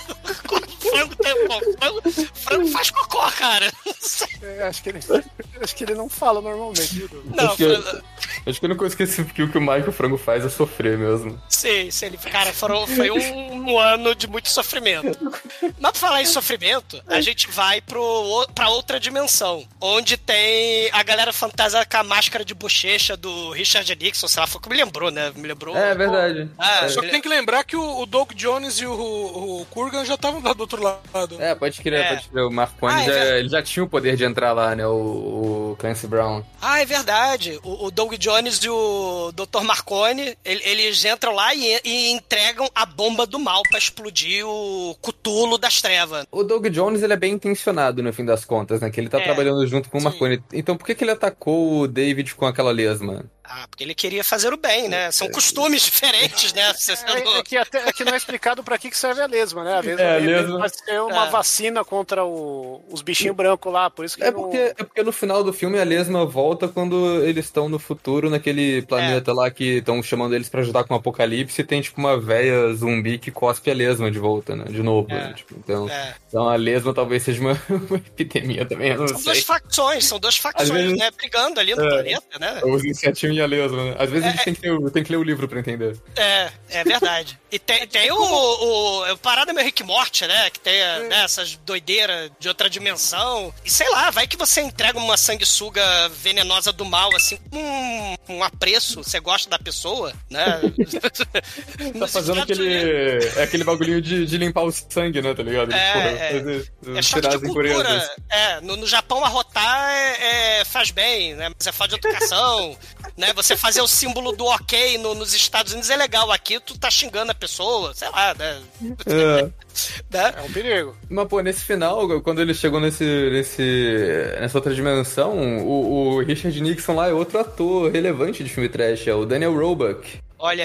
Frango faz cocó, cara. Acho que ele não fala normalmente. Acho que a única coisa que o Mike o Frango faz é sofrer mesmo. Sim, ele, cara, foi um ano de muito sofrimento. Mas pra falar em sofrimento, a gente vai pra outra dimensão, onde tem a galera fantasma com a máscara de bochecha do Richard Nixon, sei lá, foi o que me lembrou, né? Me lembrou. É verdade. Só que tem que lembrar que o Doug Jones e o Kurgan já estavam lá do outro lado. Pode crer. O Marconi ele já tinha o poder de entrar lá, né? O Clancy Brown. É verdade. O Doug Jones e o Dr. Marconi, eles entram lá e entregam a bomba do mal pra explodir o Cthulhu das trevas. O Doug Jones, ele é bem intencionado, no fim das contas, né? Que ele tá trabalhando junto com o Marconi. Então por que ele atacou o David com aquela lesma? Porque ele queria fazer o bem, né? São costumes diferentes, né? Que não é explicado pra que serve a lesma, né? A lesma vai ser uma vacina contra os bichinhos brancos lá, por isso que porque no final do filme a lesma volta quando eles estão no futuro, naquele planeta lá que estão chamando eles pra ajudar com o apocalipse, e tem tipo uma véia zumbi que cospe a lesma de volta, né? De novo. Né? Tipo, então a lesma talvez seja uma epidemia também, eu não sei. São duas facções, vezes, né? Brigando ali no planeta, né? Os insetinhos e a lesma, né? Às vezes a gente tem que ler o livro pra entender. É verdade. E tem o parada meio Rick Morty, né? Que tem essas doideiras de outra dimensão. E sei lá, vai que você entrega uma sanguessuga venenosa do mal, assim, com um apreço, você gosta da pessoa, né? Tá fazendo aquele bagulhinho de limpar o sangue, né? Tá ligado? É choque de cultura. No Japão arrotar faz bem, né? Mas é falta de educação, né? Você fazer o símbolo do ok nos Estados Unidos é legal. Aqui tu tá xingando a pessoa, sei lá, né? É um perigo. Mas, pô, nesse final, quando ele chegou nessa outra dimensão, o Richard Nixon lá é outro ator relevante de filme trash, é o Daniel Roebuck. Olha aí.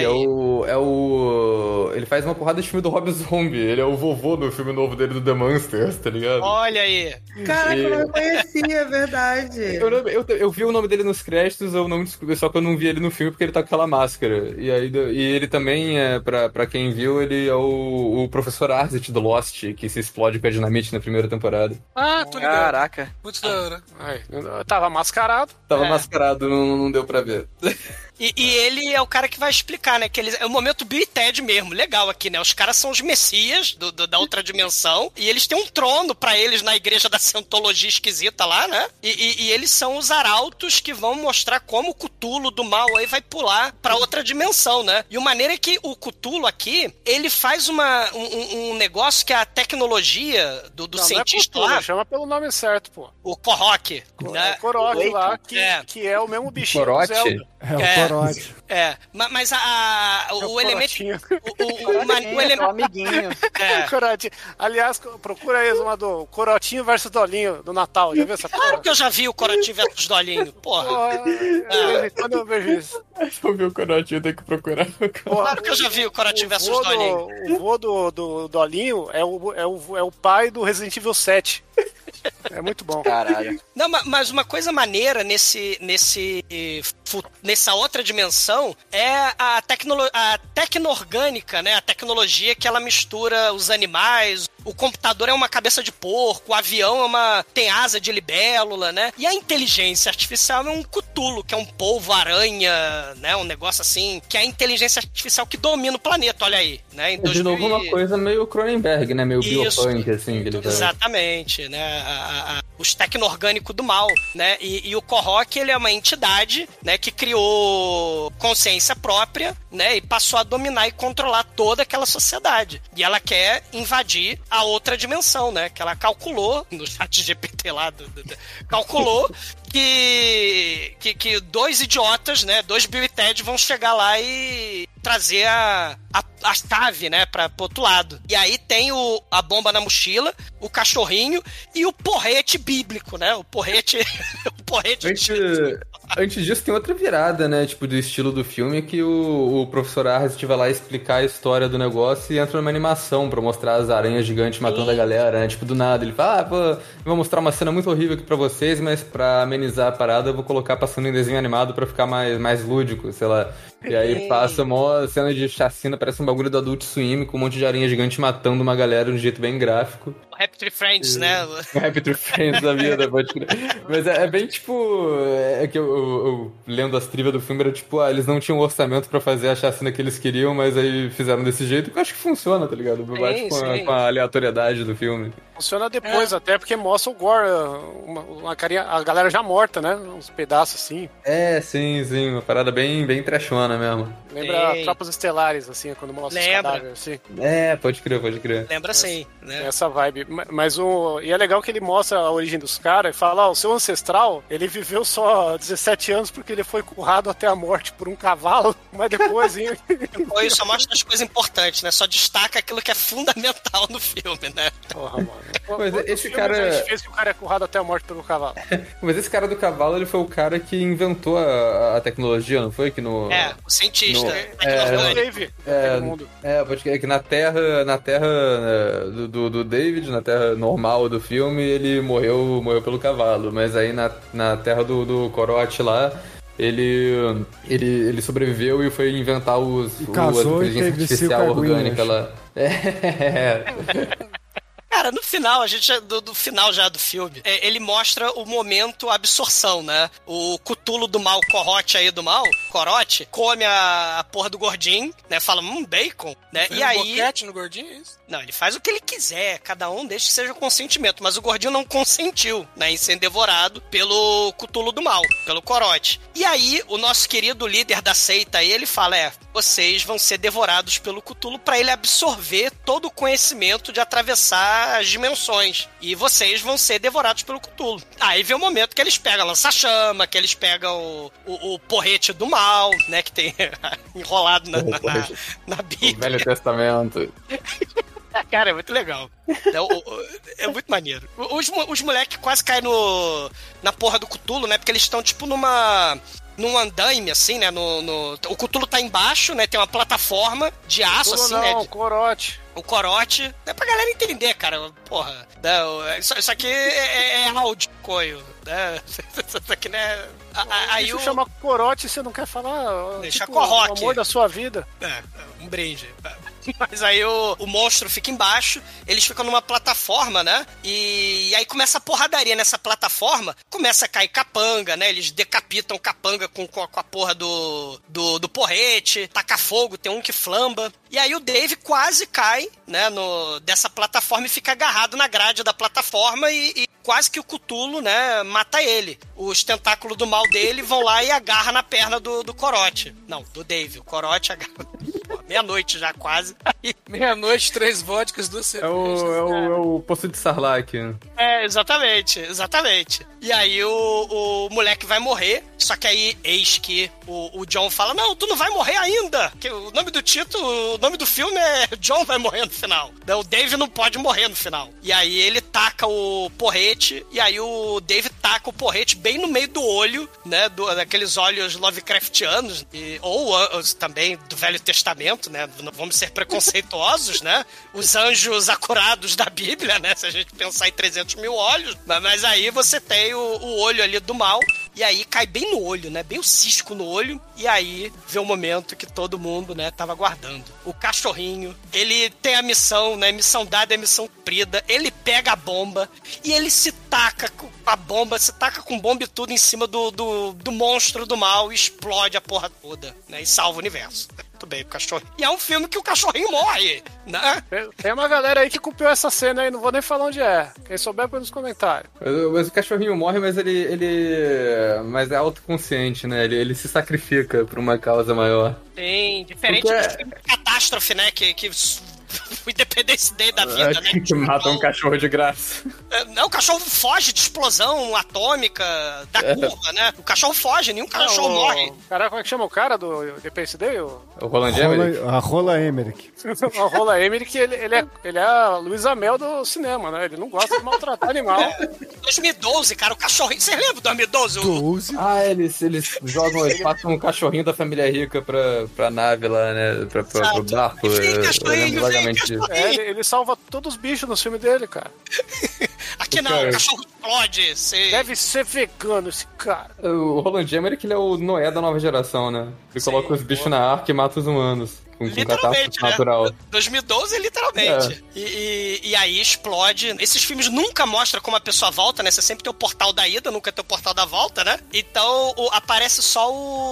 É ele faz uma porrada de filme do Rob Zombie. Ele é o vovô no filme novo dele do The Monsters, tá ligado? Olha aí. Caraca, eu não conhecia, é verdade. Eu vi o nome dele nos créditos, só que eu não vi ele no filme porque ele tá com aquela máscara. E ele também, pra quem viu, ele é o professor Arzit do Lost, que se explode com a dinamite na primeira temporada. Tô ligado. Caraca. Muito da hora. Tava mascarado. Mascarado, não deu pra ver. E ele é o cara que vai explicar, né? Que é o momento Bill e Ted mesmo. Legal aqui, né? Os caras são os messias da outra dimensão. E eles têm um trono pra eles na igreja da Scientologia esquisita lá, né? E eles são os arautos que vão mostrar como o Cthulhu do mal aí vai pular pra outra dimensão, né? E o maneiro é que o Cthulhu aqui, ele faz um negócio que a tecnologia do cientista Cthulhu, lá... chama pelo nome certo, pô. O Korok. Né? O Korok lá, que é o mesmo bichinho do Zelda. corote. Mas o elemento... O elemento... amiguinho. Corote. Aliás, procura aí uma do Corotinho versus Dolinho do Natal. Já viu essa porra? Claro que eu já vi o Corotinho versus Dolinho, porra. Quando eu vejo isso. Eu vi o Corotinho, tem que procurar. Claro que eu já vi o Corotinho versus Dolinho. O vô do Dolinho é o pai do Resident Evil 7. É muito bom. Caralho. Não, mas uma coisa maneira nessa outra dimensão é a tecno-orgânica, né? A tecnologia que ela mistura os animais. O computador é uma cabeça de porco, o avião tem asa de libélula, né? E a inteligência artificial é um cutulo, que é um polvo-aranha, né? Um negócio assim, que é a inteligência artificial que domina o planeta, olha aí, né? De novo uma coisa meio Cronenberg, né? Meio biopunk, assim. Que ele exatamente, né? Os tecno-orgânicos do mal, né? E o Korok, ele é uma entidade, né? Que criou consciência própria, né? E passou a dominar e controlar toda aquela sociedade. E ela quer invadir a outra dimensão, né? Que ela calculou, no chat GPT lá, calculou que dois idiotas, né? 2 Bill e Ted vão chegar lá e trazer a chave, né? Pro outro lado. E aí tem a bomba na mochila, o cachorrinho e o porrete bíblico, né? O porrete... Antes disso tem outra virada, né? Tipo, do estilo do filme, que o professor Arras vai lá explicar a história do negócio e entra numa animação pra mostrar as aranhas gigantes matando a galera, né? Tipo, do nada. Ele fala, eu vou mostrar uma cena muito horrível aqui pra vocês, mas pra amenizar a parada eu vou colocar passando em desenho animado pra ficar mais lúdico, sei lá. E aí passa uma cena de chacina, parece um bagulho do Adult Swim, com um monte de aranha gigante matando uma galera de um jeito bem gráfico. Happy Tree Friends, né? Happy Tree Friends da vida, pode crer. Mas é bem tipo... É que eu lendo as trivias do filme, era tipo, eles não tinham orçamento pra fazer a chacina que eles queriam, mas aí fizeram desse jeito, que eu acho que funciona, tá ligado? Bate com a aleatoriedade do filme. Funciona depois, até porque mostra o gore, uma carinha, a galera já morta, né? Uns pedaços assim. Sim, uma parada bem trashona mesmo. Lembra Tropas Estelares, assim, quando mostra os cadáveres, assim. Pode crer. Lembra sim, né? Essa vibe. Mas e é legal que ele mostra a origem dos caras e fala, o seu ancestral, ele viveu só 17 anos porque ele foi currado até a morte por um cavalo, mas depois... Depois só mostra as coisas importantes, né? Só destaca aquilo que é fundamental no filme, né? Porra, mano. Mas esse cara... fez que o cara é currado até a morte pelo cavalo. Mas esse cara do cavalo, ele foi o cara que inventou a tecnologia, não foi? Que no... o cientista. Pode crer que na terra do David, na terra normal do filme, ele morreu pelo cavalo. Mas aí na terra do Corote lá, ele sobreviveu e foi inventar a inteligência artificial orgânica lá. Cara, no final, do final já do filme, ele mostra o momento absorção, né? O Cthulhu do mal, Corote, come a porra do gordinho, né? Fala, bacon, né? Fez e aí... boquete no gordinho, é isso? Não, ele faz o que ele quiser, cada um deixa que seja consentimento, mas o gordinho não consentiu, né? Em ser devorado pelo Cthulhu do mal, pelo Corote. E aí, o nosso querido líder da seita aí, ele fala, vocês vão ser devorados pelo Cthulhu pra ele absorver todo o conhecimento de atravessar as dimensões. E vocês vão ser devorados pelo Cthulhu. Aí vem o momento que eles pegam a lança-chama, que eles pegam o porrete do mal, né? Que tem enrolado na Bíblia. O Velho Testamento. Cara, é muito legal. É muito maneiro. Os moleques quase caem na porra do Cthulhu, né? Porque eles estão tipo num andaime, assim, né? O Cthulhu tá embaixo, né? Tem uma plataforma de aço, assim, né? O Corote. É pra galera entender, cara. Porra. Isso aqui é áudio, coio. Né? Isso aqui, né? Aí isso chama Corote e você não quer falar... Deixa Corroque. O amor da sua vida. Um brinde. Mas aí o monstro fica embaixo, eles ficam numa plataforma, né? E aí começa a porradaria nessa plataforma, começa a cair capanga, né? Eles decapitam capanga com a porra do porrete, taca fogo, tem um que flamba. E aí o Dave quase cai, né? Dessa plataforma e fica agarrado na grade da plataforma e quase que o Cthulhu, né? Mata ele. Os tentáculos do mal dele vão lá e agarra na perna do Corote. Não, do Dave. O Corote agarra... meia-noite já quase. Meia-noite, 3 vodkas, 2 cervejas. É o poço de Sarlacc. Exatamente. E aí o moleque vai morrer, só que aí eis que o John fala, não, tu não vai morrer ainda, que o nome do título, o nome do filme é John vai morrer no final. O Dave não pode morrer no final. E aí ele taca o porrete, e aí o Dave taca o porrete bem no meio do olho, né, daqueles olhos Lovecraftianos, ou também do Velho Testamento, né, não vamos ser preconceituosos, né, os anjos acurados da Bíblia, né, se a gente pensar em 300 mil olhos, mas aí você tem o olho ali do mal, e aí cai bem no olho, né, bem o cisco no olho, e aí vê o momento que todo mundo, né, tava aguardando. O cachorrinho, ele tem a missão, né, missão dada é missão cumprida, ele pega a bomba, e ele se taca com a bomba, se taca com bomba e tudo em cima do monstro do mal, e explode a porra toda, né, e salva o universo. Muito bem, o cachorrinho. E é um filme que o cachorrinho morre, né? Tem uma galera aí que copiou essa cena aí, não vou nem falar onde é. Quem souber, põe nos comentários. Mas o cachorrinho morre, mas mas é autoconsciente, né? Ele se sacrifica por uma causa maior. Sim, diferente dos filmes de catástrofe, né? Que o Independence Day da vida, né? Que mata um cachorro de graça. Não, o cachorro foge de explosão atômica da curva, né? O cachorro foge, nenhum cachorro morre. Caraca, como é que chama o cara do Independence Day? O Roland Emmerich? A Rola Emmerich. O Roland Emmerich, ele é a Luísa Mel do cinema, né? Ele não gosta de maltratar animal. 2012, cara, o cachorrinho... Vocês lembram de 2012? 12? Eles jogam, eles passam um cachorrinho da família rica pra nave lá, né? Pro barco. Vem, cachorrinho, ele salva todos os bichos no filme dele, cara. Aqui não, o cachorro explode. Deve ser vegano esse cara. O Roland Emmerich, ele é o Noé da nova geração, né? Ele coloca os bichos na arca e mata os humanos. Com catástrofe natural. Né? 2012, literalmente. E aí explode. Esses filmes nunca mostram como a pessoa volta, né? Você sempre tem o portal da ida, nunca tem o portal da volta, né? Então aparece só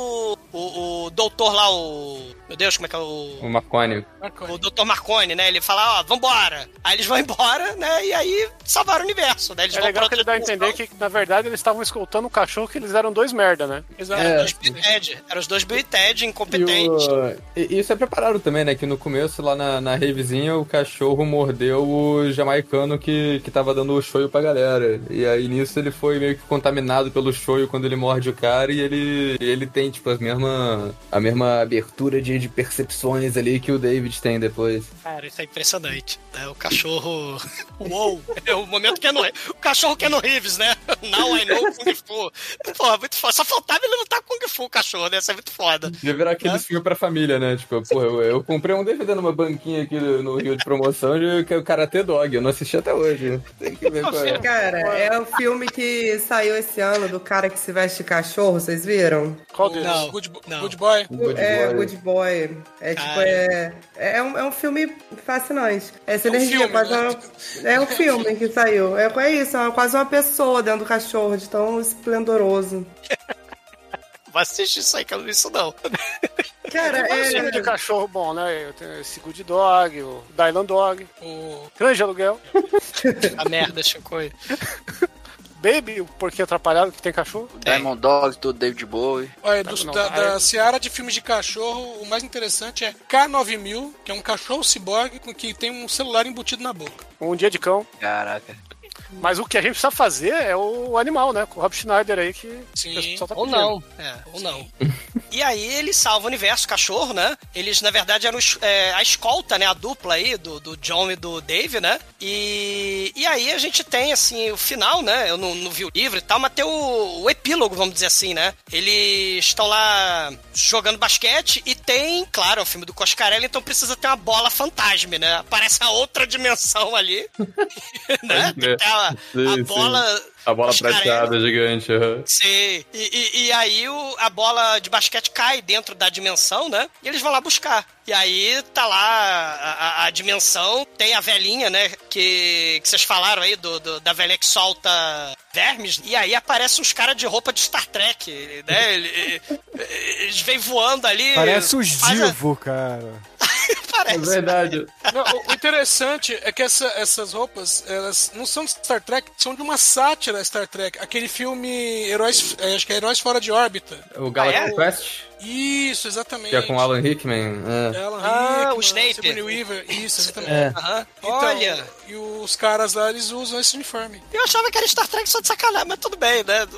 o doutor lá, meu Deus, como é que é o Marconi. O Dr. Marconi, né? Ele fala, vambora. Aí eles vão embora, né? E aí salvaram o universo, né? Eles vão legal que ele dá a entender que, na verdade, eles estavam escoltando um cachorro que eles eram 2 merda, né? Exato. Eram os dois Bill e Ted incompetentes. E isso é preparado também, né? Que no começo, lá na ravezinha, o cachorro mordeu o jamaicano que tava dando o shoyu pra galera. E aí, nisso, ele foi meio que contaminado pelo shoyu quando ele morde o cara e ele tem, tipo, a mesma abertura de percepções ali que o David tem depois. Cara, isso é impressionante. O cachorro... Uou! É o momento que é no... O cachorro que é no Reeves, né? Now I know Kung Fu. Porra, muito foda. Só faltava ele lutar Kung Fu, o cachorro, né? Isso é muito foda. Devia virar aquele filme pra família, né? Tipo, porra, eu comprei um DVD numa banquinha aqui no Rio de promoção de o Karate Dog. Eu não assisti até hoje. Tem que ver qual é. Cara, é o filme que saiu esse ano do cara que se veste de cachorro, vocês viram? Qual deles? Não. Good Boy? Good Boy. É um filme fascinante. Essa energia quase é um filme que saiu. É isso, é quase uma pessoa dentro do cachorro, de tão esplendoroso. Vai assistir isso aí, que eu não vi isso não. Cara, filme de cachorro bom, né? Eu tenho esse Good Dog, o Dylan Dog, o Cães de Aluguel. A merda, Chicoio. Baby, o Porquinho Atrapalhado, que tem cachorro. Diamond Dog, do David Bowie. Olha, da seara de filmes de cachorro, o mais interessante é K9000, que é um cachorro ciborgue que tem um celular embutido na boca. Um Dia de Cão. Caraca. Mas o que a gente precisa fazer é o animal, né? Com o Rob Schneider aí, que sim, o pessoal tá pedindo. Ou não. E aí ele salva o universo, o cachorro, né? Eles, na verdade, eram a escolta, né? A dupla aí, do John e do Dave, né? E aí a gente tem, assim, o final, né? Eu não vi o livro e tal, mas tem o epílogo, vamos dizer assim, né? Eles estão lá jogando basquete e tem, claro, é o filme do Coscarelli, então precisa ter uma bola fantasma, né? Aparece a outra dimensão ali, né? Tem a bola... A bola prateada gigante. Sim. E aí a bola de basquete cai dentro da dimensão, né? E eles vão lá buscar. E aí tá lá a dimensão, tem a velhinha, né? Que vocês falaram aí da velhinha que solta vermes. E aí aparecem uns caras de roupa de Star Trek, né? Eles vêm voando ali. Parece o Divo, cara. parece. É verdade. Não, o interessante é que essas roupas, elas não são de Star Trek, são de uma sátira Star Trek. Aquele filme acho que é Heróis Fora de Órbita. O Galaxy Quest? Isso, exatamente. Que é com Alan Rickman. Alan Rickman, o Snape. Sigourney Weaver. Isso, exatamente. Então, Olha. E os caras lá, eles usam esse uniforme. Eu achava que era Star Trek só de sacanagem, mas tudo bem, né?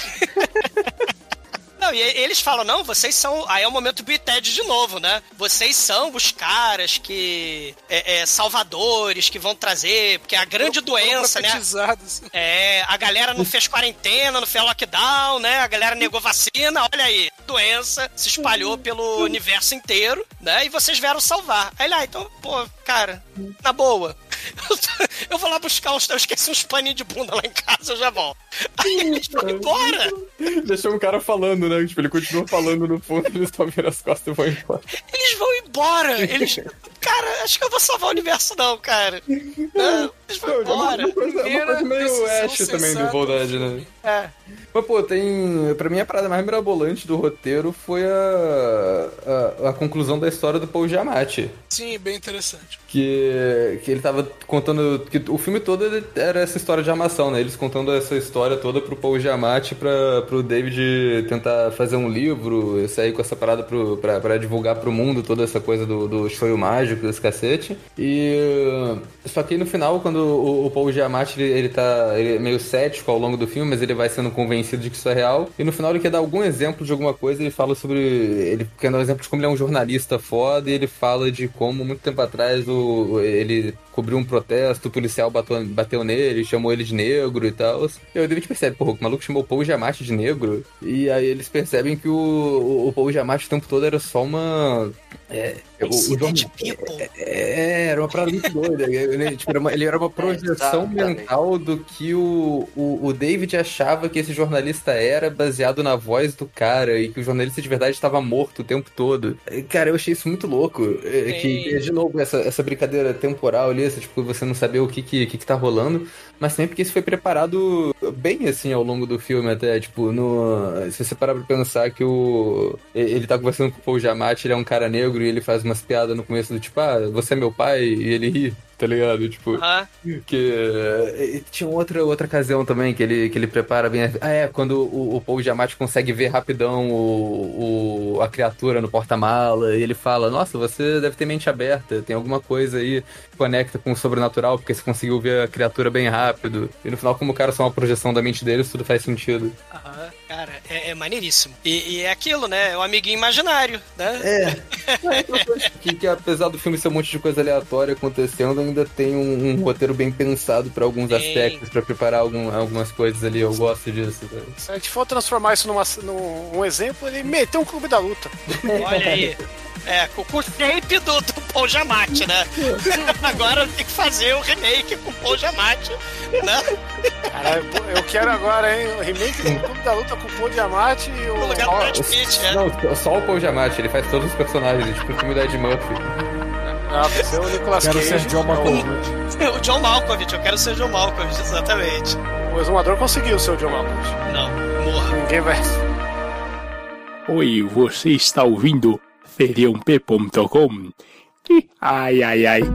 Não, e eles falam, não, vocês são... Aí é o momento Bill e Ted de novo, né? Vocês são os caras que... salvadores, que vão trazer... Porque a grande doença, né? A galera não fez quarentena, não fez lockdown, né? A galera negou vacina, olha aí. Doença se espalhou pelo universo inteiro, né? E vocês vieram salvar. Aí lá, então, pô, cara, na boa. Eu vou lá buscar eu esqueci uns paninhos de bunda lá em casa, eu já volto. Aí eles vão embora. Deixou um cara falando, né? Tipo, ele continua falando no fundo, eles só viram as costas e vão embora. Eles vão embora. Cara, acho que eu vou salvar o universo não, cara. Não, eles vão embora. Uma coisa meio Ash também do Evil Dead, né? Mas, pô, pra mim a parada mais mirabolante do roteiro foi a conclusão da história do Paul Giamatti. Sim, bem interessante. Que ele tava contando... Que o filme todo era essa história de armação, né? Eles contando essa história toda pro Paul Giamatti pro David tentar fazer um livro, sair com essa parada pra divulgar pro mundo toda essa coisa do show mágico, desse cacete. Só que no final, quando o Paul Giamatti ele é meio cético ao longo do filme, mas ele vai sendo convencido de que isso é real. E no final ele quer dar algum exemplo de alguma coisa, ele fala sobre... Ele quer dar um exemplo de como ele é um jornalista foda, e ele fala de como, muito tempo atrás, ele cobriu um protesto, o policial bateu nele, chamou ele de negro e tal. E aí o David percebe, porra, o maluco chamou o Paul Giamatti de negro, e aí eles percebem que o Paul Giamatti o tempo todo era só uma... era uma parada muito doida. Ele era uma projeção mental do que o David achava que esse jornalista era, baseado na voz do cara, e que o jornalista de verdade estava morto o tempo todo. Cara, eu achei isso muito louco. Que de novo, essa brincadeira temporal ali, tipo, você não saber o que tá rolando, mas também porque isso foi preparado bem, assim, ao longo do filme até, tipo, se você parar pra pensar que ele tá conversando com o Paul Giamatti, ele é um cara negro e ele faz umas piadas no começo do tipo, você é meu pai, e ele ri, tá ligado? Tipo, que tinha outra ocasião também que ele prepara bem. Quando o Paul Giamatti consegue ver rapidão a criatura no porta-mala, e ele fala, nossa, você deve ter mente aberta, tem alguma coisa aí que conecta com o sobrenatural, porque você conseguiu ver a criatura bem rápido. E no final, como o cara só é uma projeção da mente deles, tudo faz sentido. Cara, é maneiríssimo. E é aquilo, né? É um amiguinho imaginário, né? Que apesar do filme ser um monte de coisa aleatória acontecendo, ainda tem um roteiro bem pensado pra alguns aspectos, pra preparar algumas coisas ali. Eu gosto disso. Cara. Se a gente for transformar isso num exemplo, ele meteu um clube da luta. Olha aí. Com o tape do Paul Giamatti, né? Agora tem que fazer o remake com o Paul Giamatti, né? Cara, eu quero agora, hein? O remake do Clube da Luta com o Paul Giamatti e o... No lugar do Brad Pitt, Não, só o Paul Giamatti, ele faz todos os personagens, tipo o filme da Ed Murphy. Vai ser o Nicolas Cage. Quero ser John Malkovich. O John Malkovich, eu quero ser o John Malkovich, exatamente. O Exumador conseguiu ser o John Malkovich. Não, morra. Ninguém vai... Oi, você está ouvindo feriump.com. Ai, ai, ai.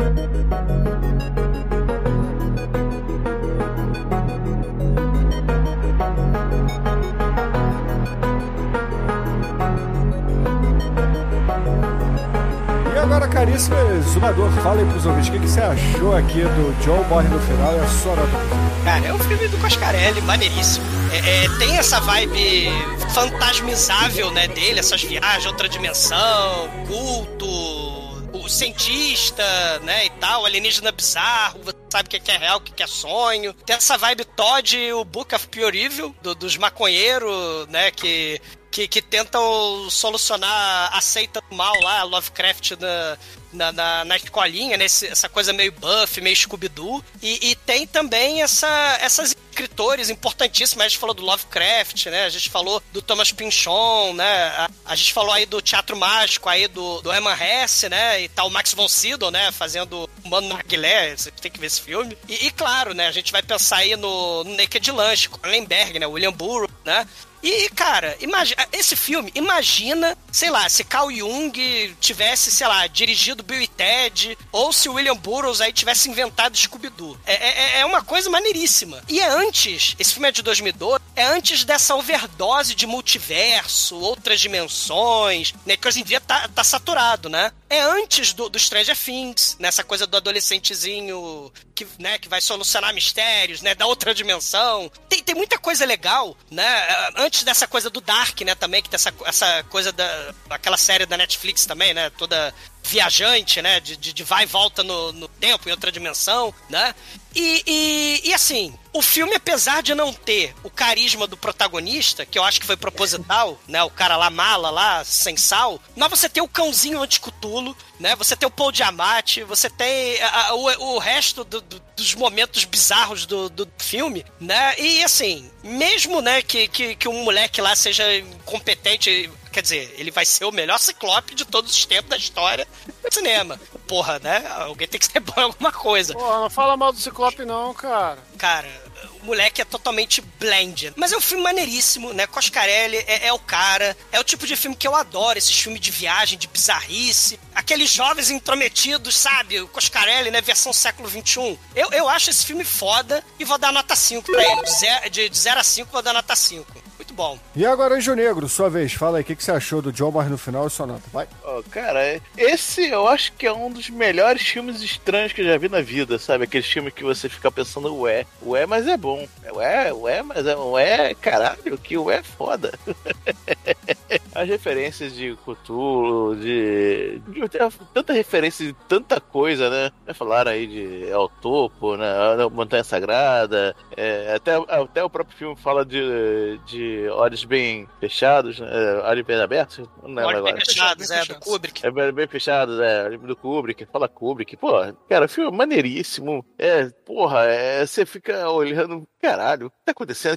E agora, caríssimo Exumador, fala aí pros ouvintes, o que você achou aqui do John morre no final e a sua nota? Cara, é um filme do Coscarelli, maneiríssimo. Tem essa vibe fantasmizável, né, dele, essas viagens, outra dimensão, culto, o cientista, né, e tal, alienígena bizarro, você sabe o que é real, o que é sonho. Tem essa vibe Todd e o Book of Pure Evil, dos maconheiros, né, que tentam solucionar a seita do mal lá, Lovecraft na escolinha, né? Essa coisa meio Buffy, meio Scooby-Doo. E tem também essas escritores importantíssimos. A gente falou do Lovecraft, né? A gente falou do Thomas Pynchon, né? A gente falou aí do Teatro Mágico, aí do Herman Hesse, né? E tal, o Max von Sydow, né? Fazendo o Mano Narguilé. Você tem que ver esse filme. E claro, né? A gente vai pensar aí no Naked Lunch, com Allenberg, né? William Burroughs, né? E, cara, esse filme, imagina, sei lá, se Carl Jung tivesse, sei lá, dirigido Bill e Ted, ou se o William Burroughs aí tivesse inventado Scooby-Doo. É uma coisa maneiríssima. E esse filme é de 2012, é antes dessa overdose de multiverso, outras dimensões, né, que hoje em dia tá saturado, né? É antes do Stranger Things, nessa coisa do adolescentezinho que vai solucionar mistérios, né, da outra dimensão. Tem muita coisa legal, né? Antes dessa coisa do Dark, né, também, que tem essa coisa aquela série da Netflix também, né, toda viajante, né, de vai e volta no tempo, em outra dimensão, né? E assim, o filme, apesar de não ter o carisma do protagonista, que eu acho que foi proposital, né, o cara lá, mala lá, sem sal, mas você tem o cãozinho anti-Cthulhu, né, você tem o Paul Giamatti, você tem o resto dos momentos bizarros do filme, né, e assim, mesmo, né, que um moleque lá seja incompetente, quer dizer, ele vai ser o melhor Ciclope de todos os tempos da história do cinema. Porra, né? Alguém tem que ser bom em alguma coisa. Porra, não fala mal do Ciclope não, cara. Cara, o moleque é totalmente blend. Mas é um filme maneiríssimo, né? Coscarelli é o cara. É o tipo de filme que eu adoro, esses filmes de viagem, de bizarrice. Aqueles jovens intrometidos, sabe? O Coscarelli, né? Versão século XXI. Eu acho esse filme foda e vou dar nota 5 pra ele. De 0 a 5, vou dar nota 5. Muito bom. E agora, Anjo Negro, sua vez. Fala aí, o que você achou do John morre no final e sua nota? Vai. Cara, esse eu acho que é um dos melhores filmes estranhos que eu já vi na vida, sabe? Aquele filme que você fica pensando, ué, mas é bom. Caralho, que ué é foda. As referências de Cthulhu, tanta referência de tanta coisa, né? Falaram aí de El Topo, né? Montanha Sagrada, até o próprio filme fala de olhos bem fechados, né? Olhos bem abertos? Não olhos bem fechados, do Kubrick. Bem fechados, do Kubrick. Fala Kubrick. Pô, cara, filme maneiríssimo. Você fica olhando, caralho, o que tá acontecendo?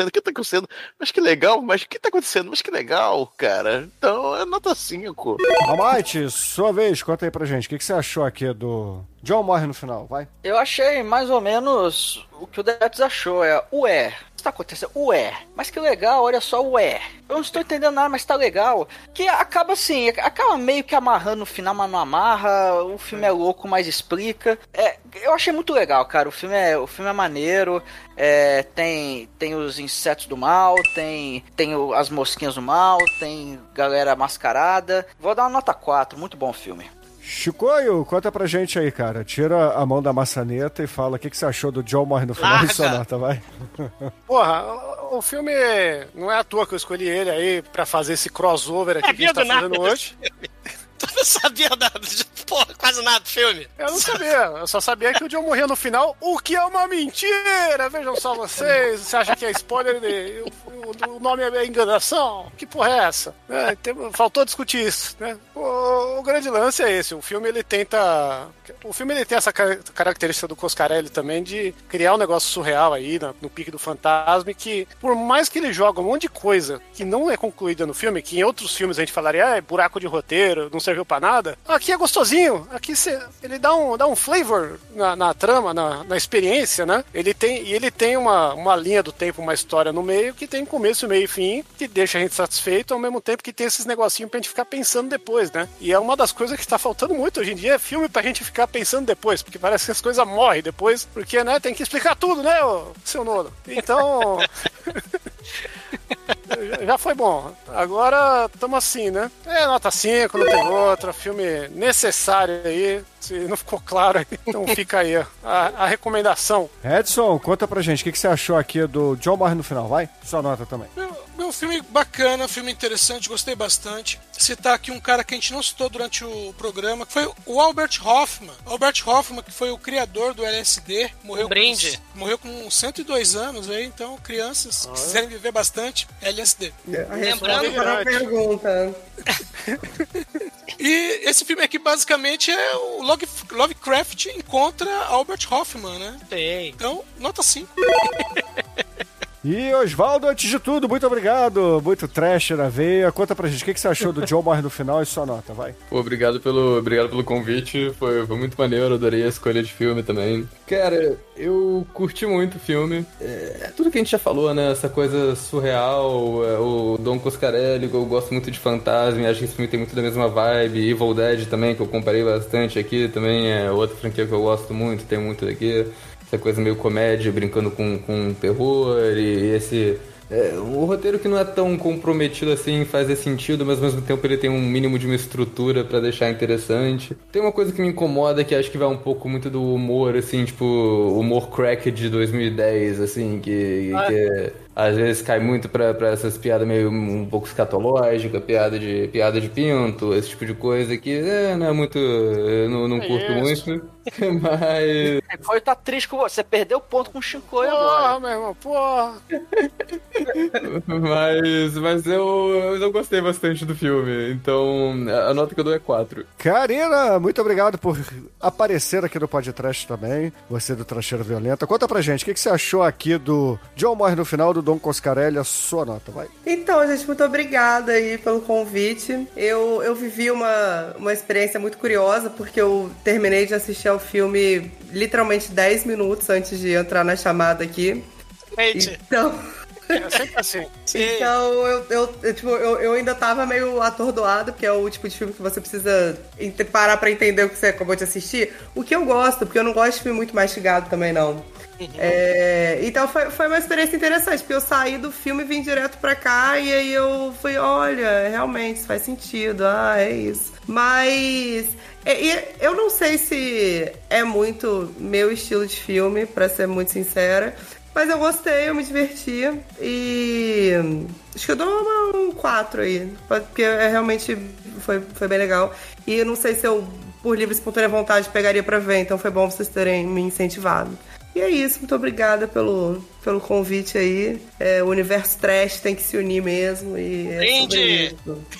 Mas que legal, mas o que tá acontecendo? Mas que legal, cara. Então, é nota 5. Almighty, sua vez, conta aí pra gente. O que você achou aqui do John morre no final? Vai. Eu achei mais ou menos o que o Dex achou. Ué, o que tá acontecendo? Ué, mas que legal, olha só, ué. Eu não estou entendendo nada, mas tá legal. Que acaba assim, acaba meio que amarrando no final, mas não amarra. O filme é louco, mas explica. Eu achei muito legal, cara. O filme é maneiro. Tem os insetos do mal, tem as mosquinhas do mal, tem galera mascarada. Vou dar uma nota 4, muito bom filme. Chicoio, conta pra gente aí, cara. Tira a mão da maçaneta e fala o que você achou do John morre no final e sua nota, vai. Porra, o filme não é à toa que eu escolhi ele aí pra fazer esse crossover aqui que a gente tá fazendo hoje. Tu não sabia quase nada do filme? Eu não sabia, eu só sabia que o John morria no final, o que é uma mentira! Vejam só vocês, você acha que é spoiler? O nome é enganação? Que porra é essa? Faltou discutir isso, né? O grande lance é esse, o filme ele tem essa característica do Coscarelli também de criar um negócio surreal aí no pique do fantasma, que por mais que ele joga um monte de coisa que não é concluída no filme, que em outros filmes a gente falaria, é buraco de roteiro, não serviu pra nada, aqui é gostosinho, aqui ele dá um flavor na trama, na experiência, né? Ele tem uma linha do tempo, uma história no meio, que tem começo, meio e fim, que deixa a gente satisfeito, ao mesmo tempo que tem esses negocinhos pra gente ficar pensando depois, né? E é uma das coisas que tá faltando muito hoje em dia, é filme pra gente ficar pensando depois, porque parece que as coisas morrem depois, porque, né, tem que explicar tudo, né, seu Nono? Então... já foi bom. Agora estamos assim, né? Nota 5, não tem outra. Filme necessário aí. Se não ficou claro aí, então fica aí a recomendação. Edson, conta pra gente, o que você achou aqui do John morre no final, vai? Sua nota também. Meu filme bacana, filme interessante, gostei bastante. Citar aqui um cara que a gente não citou durante o programa, que foi o Albert Hoffman. Albert Hoffman, que foi o criador do LSD, morreu com 102 anos aí, então crianças, se quiserem viver bastante, LSD. Lembrando para a pergunta. E esse filme aqui basicamente é o Lovecraft encontra Albert Hoffman, né? Tem. Então, nota 5. E Osvaldo, antes de tudo, muito obrigado. Muito trash na veia. Conta pra gente, o que você achou do John morre no final e sua nota, vai. Pô, obrigado pelo convite. Foi muito maneiro, adorei a escolha de filme também. Cara, eu curti muito o filme. É tudo que a gente já falou, né? Essa coisa surreal, o Don Coscarelli, eu gosto muito de Fantasma, acho que esse filme tem muito da mesma vibe. Evil Dead também, que eu comparei bastante aqui, também é outra franquia que eu gosto muito, tem muito daqui. Essa coisa meio comédia, brincando com terror, e esse... um roteiro que não é tão comprometido assim, faz esse sentido, mas ao mesmo tempo ele tem um mínimo de uma estrutura pra deixar interessante. Tem uma coisa que me incomoda, que acho que vai um pouco muito do humor, assim, tipo, humor crack de 2010, assim, que às vezes cai muito pra essas piadas meio um pouco escatológicas, piada de pinto, esse tipo de coisa que não é muito... Eu não curto muito. Mas... Foi tá triste com você, perdeu o ponto com o Shinkoi agora. Porra, meu irmão, porra. Mas eu gostei bastante do filme, então a nota que eu dou é 4. Karina, muito obrigado por aparecer aqui no podcast também, você do Tracheira Violenta. Conta pra gente, o que você achou aqui do John morre no final, do Don Coscarelli, a sua nota, vai. Então, gente, muito obrigada aí pelo convite. Eu vivi uma experiência muito curiosa, porque eu terminei de assistir ao filme literalmente 10 minutos antes de entrar na chamada aqui. Então... É sempre assim. Então, eu ainda tava meio atordoado, porque é o tipo de filme que você precisa parar pra entender o que você acabou de assistir. O que eu gosto, porque eu não gosto de filme muito mastigado também, não. Então foi uma experiência interessante, porque eu saí do filme e vim direto pra cá, e aí eu fui, olha, realmente, isso faz sentido, é isso. Mas eu não sei se é muito meu estilo de filme, pra ser muito sincera. Mas eu gostei, eu me diverti e acho que eu dou um 4 aí, porque realmente foi bem legal. E eu não sei se eu, por livre e espontânea vontade, pegaria pra ver, então foi bom vocês terem me incentivado. E é isso, muito obrigada pelo convite aí. O universo trash tem que se unir mesmo e Brinde!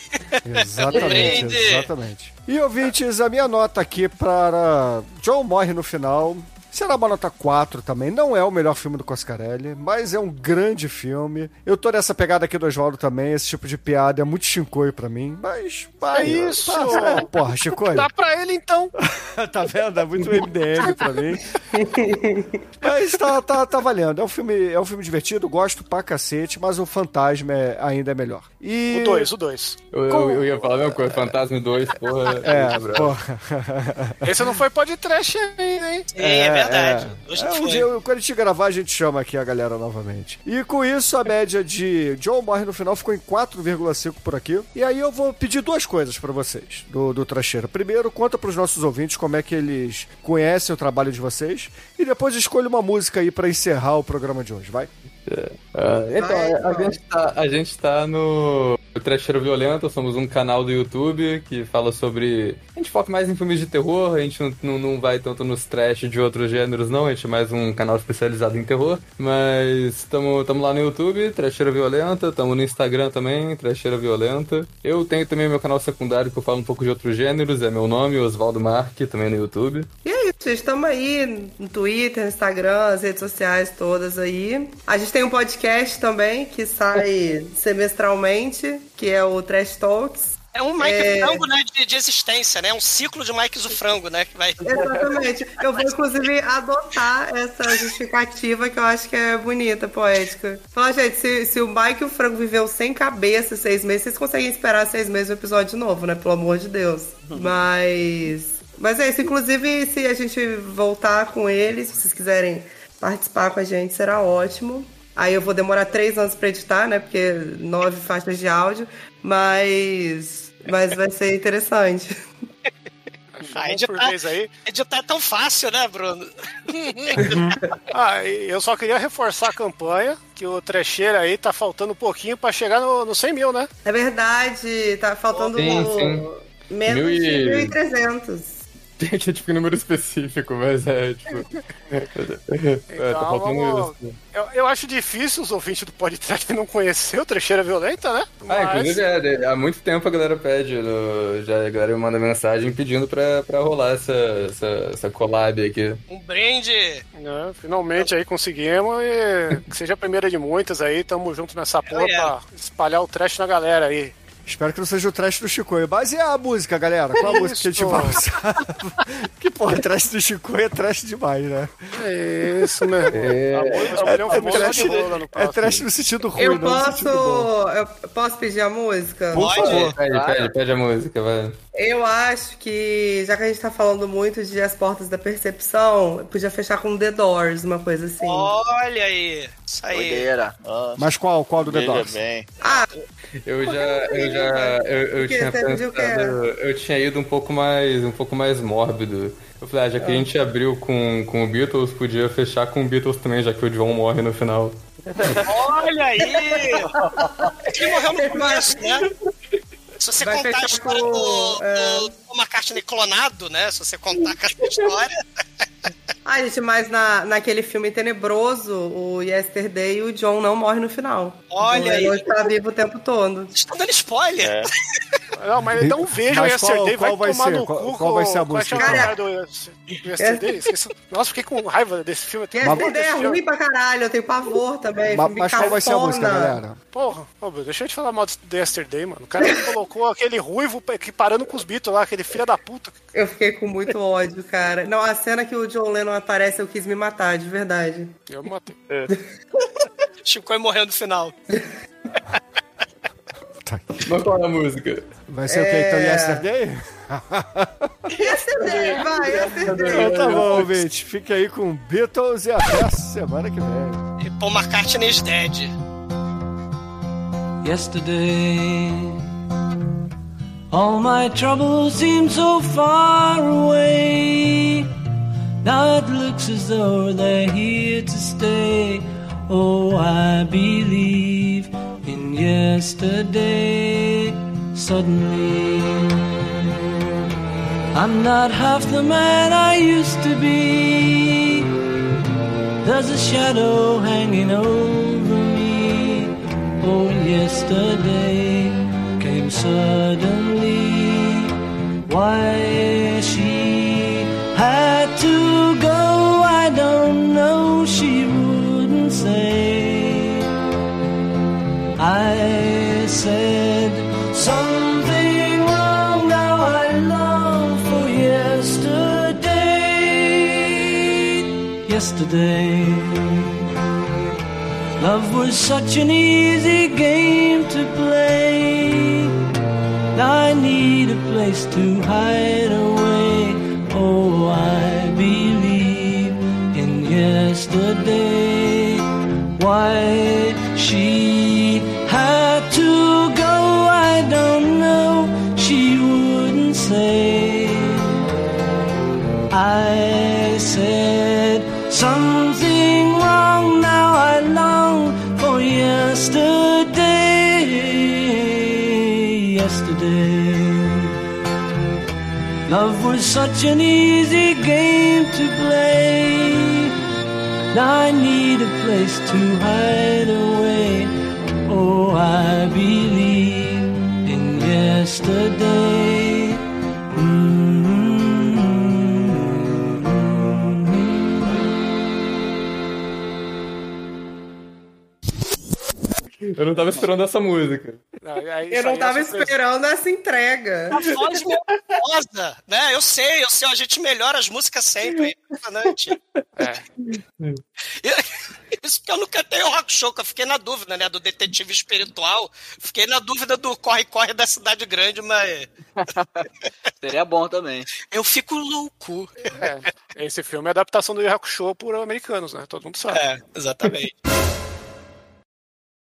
Exatamente. E ouvintes, a minha nota aqui para John morre no final... Será uma nota 4 também. Não é o melhor filme do Coscarelli, mas é um grande filme. Eu tô nessa pegada aqui do Osvaldo também. Esse tipo de piada é muito Shinkoi pra mim, mas... É isso! Porra, Shinkoi. Dá pra ele, então. Tá vendo? É muito MDM pra mim. Mas tá valendo. É um filme divertido, gosto pra cacete, mas o Fantasma ainda é melhor. E... O 2. Eu ia falar a mesma coisa, Fantasma 2, porra. Porra. Esse não foi podcast ainda, hein? É verdade. Um dia, quando a gente gravar, a gente chama aqui a galera novamente. E com isso, a média de John morre no final ficou em 4,5 por aqui. E aí eu vou pedir duas coisas pra vocês, do Tracheira. Primeiro, conta pros nossos ouvintes como é que eles conhecem o trabalho de vocês. E depois escolha uma música aí pra encerrar o programa de hoje, vai? A gente tá no Tracheira Violenta, somos um canal do YouTube que fala sobre... A gente foca mais em filmes de terror, a gente não vai tanto nos trash de outros gêneros, não, a gente é mais um canal especializado em terror, mas estamos lá no YouTube, Tracheira Violenta, estamos no Instagram também, Tracheira Violenta. Eu tenho também meu canal secundário que eu falo um pouco de outros gêneros, é meu nome, Osvaldo Marque, também no YouTube. E é isso, gente, estamos aí no Twitter, no Instagram, as redes sociais todas aí. A gente tem um podcast também que sai semestralmente, que é o Trash Talks. É um Mike Frango, né, de existência, né? Um ciclo de Mike o Frango, né? Que vai... Exatamente. Eu vou, inclusive, adotar essa justificativa que eu acho que é bonita, poética. Falar, gente, se o Mike o Frango viveu sem cabeça 6 meses, vocês conseguem esperar 6 meses o episódio novo, né? Pelo amor de Deus. Mas é isso. Inclusive, se a gente voltar com ele, se vocês quiserem participar com a gente, será ótimo. Aí eu vou demorar 3 anos pra editar, né? Porque 9 faixas de áudio. Mas vai ser interessante. Editar é tão fácil, né, Bruno? Eu só queria reforçar a campanha, que o Trecheira aí tá faltando um pouquinho pra chegar no 100 mil, né? É verdade, tá faltando menos de 1.300. Tem aqui, tipo, um número específico, mas tipo... tá faltando isso. Eu acho difícil os ouvintes do podcast não conhecer o Trecheira Violenta, né? Inclusive, há muito tempo a galera pede, a galera me manda mensagem pedindo pra rolar essa collab aqui. Um brinde! Finalmente aí conseguimos e que seja a primeira de muitas aí, tamo junto nessa porra pra espalhar o trash na galera aí. Espero que não seja o trash do Chicoio. Mas e a música, galera? Qual a música que a gente vai usar? Que porra, trash do Chicoio é trash demais, né? É isso, meu irmão. É trash no sentido ruim, eu posso pedir a música? Por favor. Pede a música, vai. Eu acho que, já que a gente tá falando muito de As Portas da Percepção, podia fechar com The Doors, uma coisa assim. Olha aí, isso aí. Mas qual do The Doors? Bem. Eu tinha pensado, eu tinha ido um pouco mais mórbido. Eu falei, já que a gente abriu com o Beatles, podia fechar com o Beatles também, já que o John morre no final. Olha aí! Ele morreu no começo, né? Se você contar a história do McCartney clonado, né? Se você contar a história... gente, mas naquele filme tenebroso, o Yesterday, o John não morre no final. Olha aí. Ele tá vivo o tempo todo. Vocês estão dando spoiler. Não, mas então veja o Yesterday, vai tomar no cu. Qual vai ser a música? Yesterday? Nossa, fiquei com raiva desse filme. Yesterday é ruim pra caralho, eu tenho pavor também. Mas qual vai ser a música, galera? Porra, deixa eu te falar mal do Yesterday, mano. O cara colocou aquele ruivo parando com os Beatles lá, aquele filho da puta. Eu fiquei com muito ódio, cara. Não, a cena que o John Lennon aparece, eu quis me matar, de verdade. Eu me matei. Chico morreu no final. Mas qual é a música? Vai ser o que então? Yesterday? Yesterday, vai, Yesterday. Então tá bom, ouvinte. Fique aí com Beatles e até a semana que vem. E Paul McCartney's Dead. Yesterday, all my troubles seem so far away. Now it looks as though they're here to stay. Oh, I believe in yesterday. Suddenly, I'm not half the man I used to be. There's a shadow hanging over me. Oh, yesterday came suddenly. Why she had to go, I don't know, she wouldn't say. I said something wrong, now I long for yesterday. Yesterday, love was such an easy game to play. Now I need a place to hide away. Oh, I believe in yesterday. Why she had to go, I don't know, she wouldn't say. I said something wrong, now I long for yesterday. Yesterday, love was such an easy game to play. Now I need a place to hide away. Oh, I believe in yesterday. Eu não tava esperando essa música. Eu não tava esperando essa entrega. A voz melhorosa, né? Eu sei, a gente melhora as músicas sempre, é impressionante. Isso porque eu nunca tenho rock show, que eu fiquei na dúvida, né? Do detetive espiritual. Fiquei na dúvida do corre-corre da cidade grande, mas... Seria bom também. Eu fico louco. Esse filme é adaptação do rock show por americanos, né? Todo mundo sabe. Exatamente.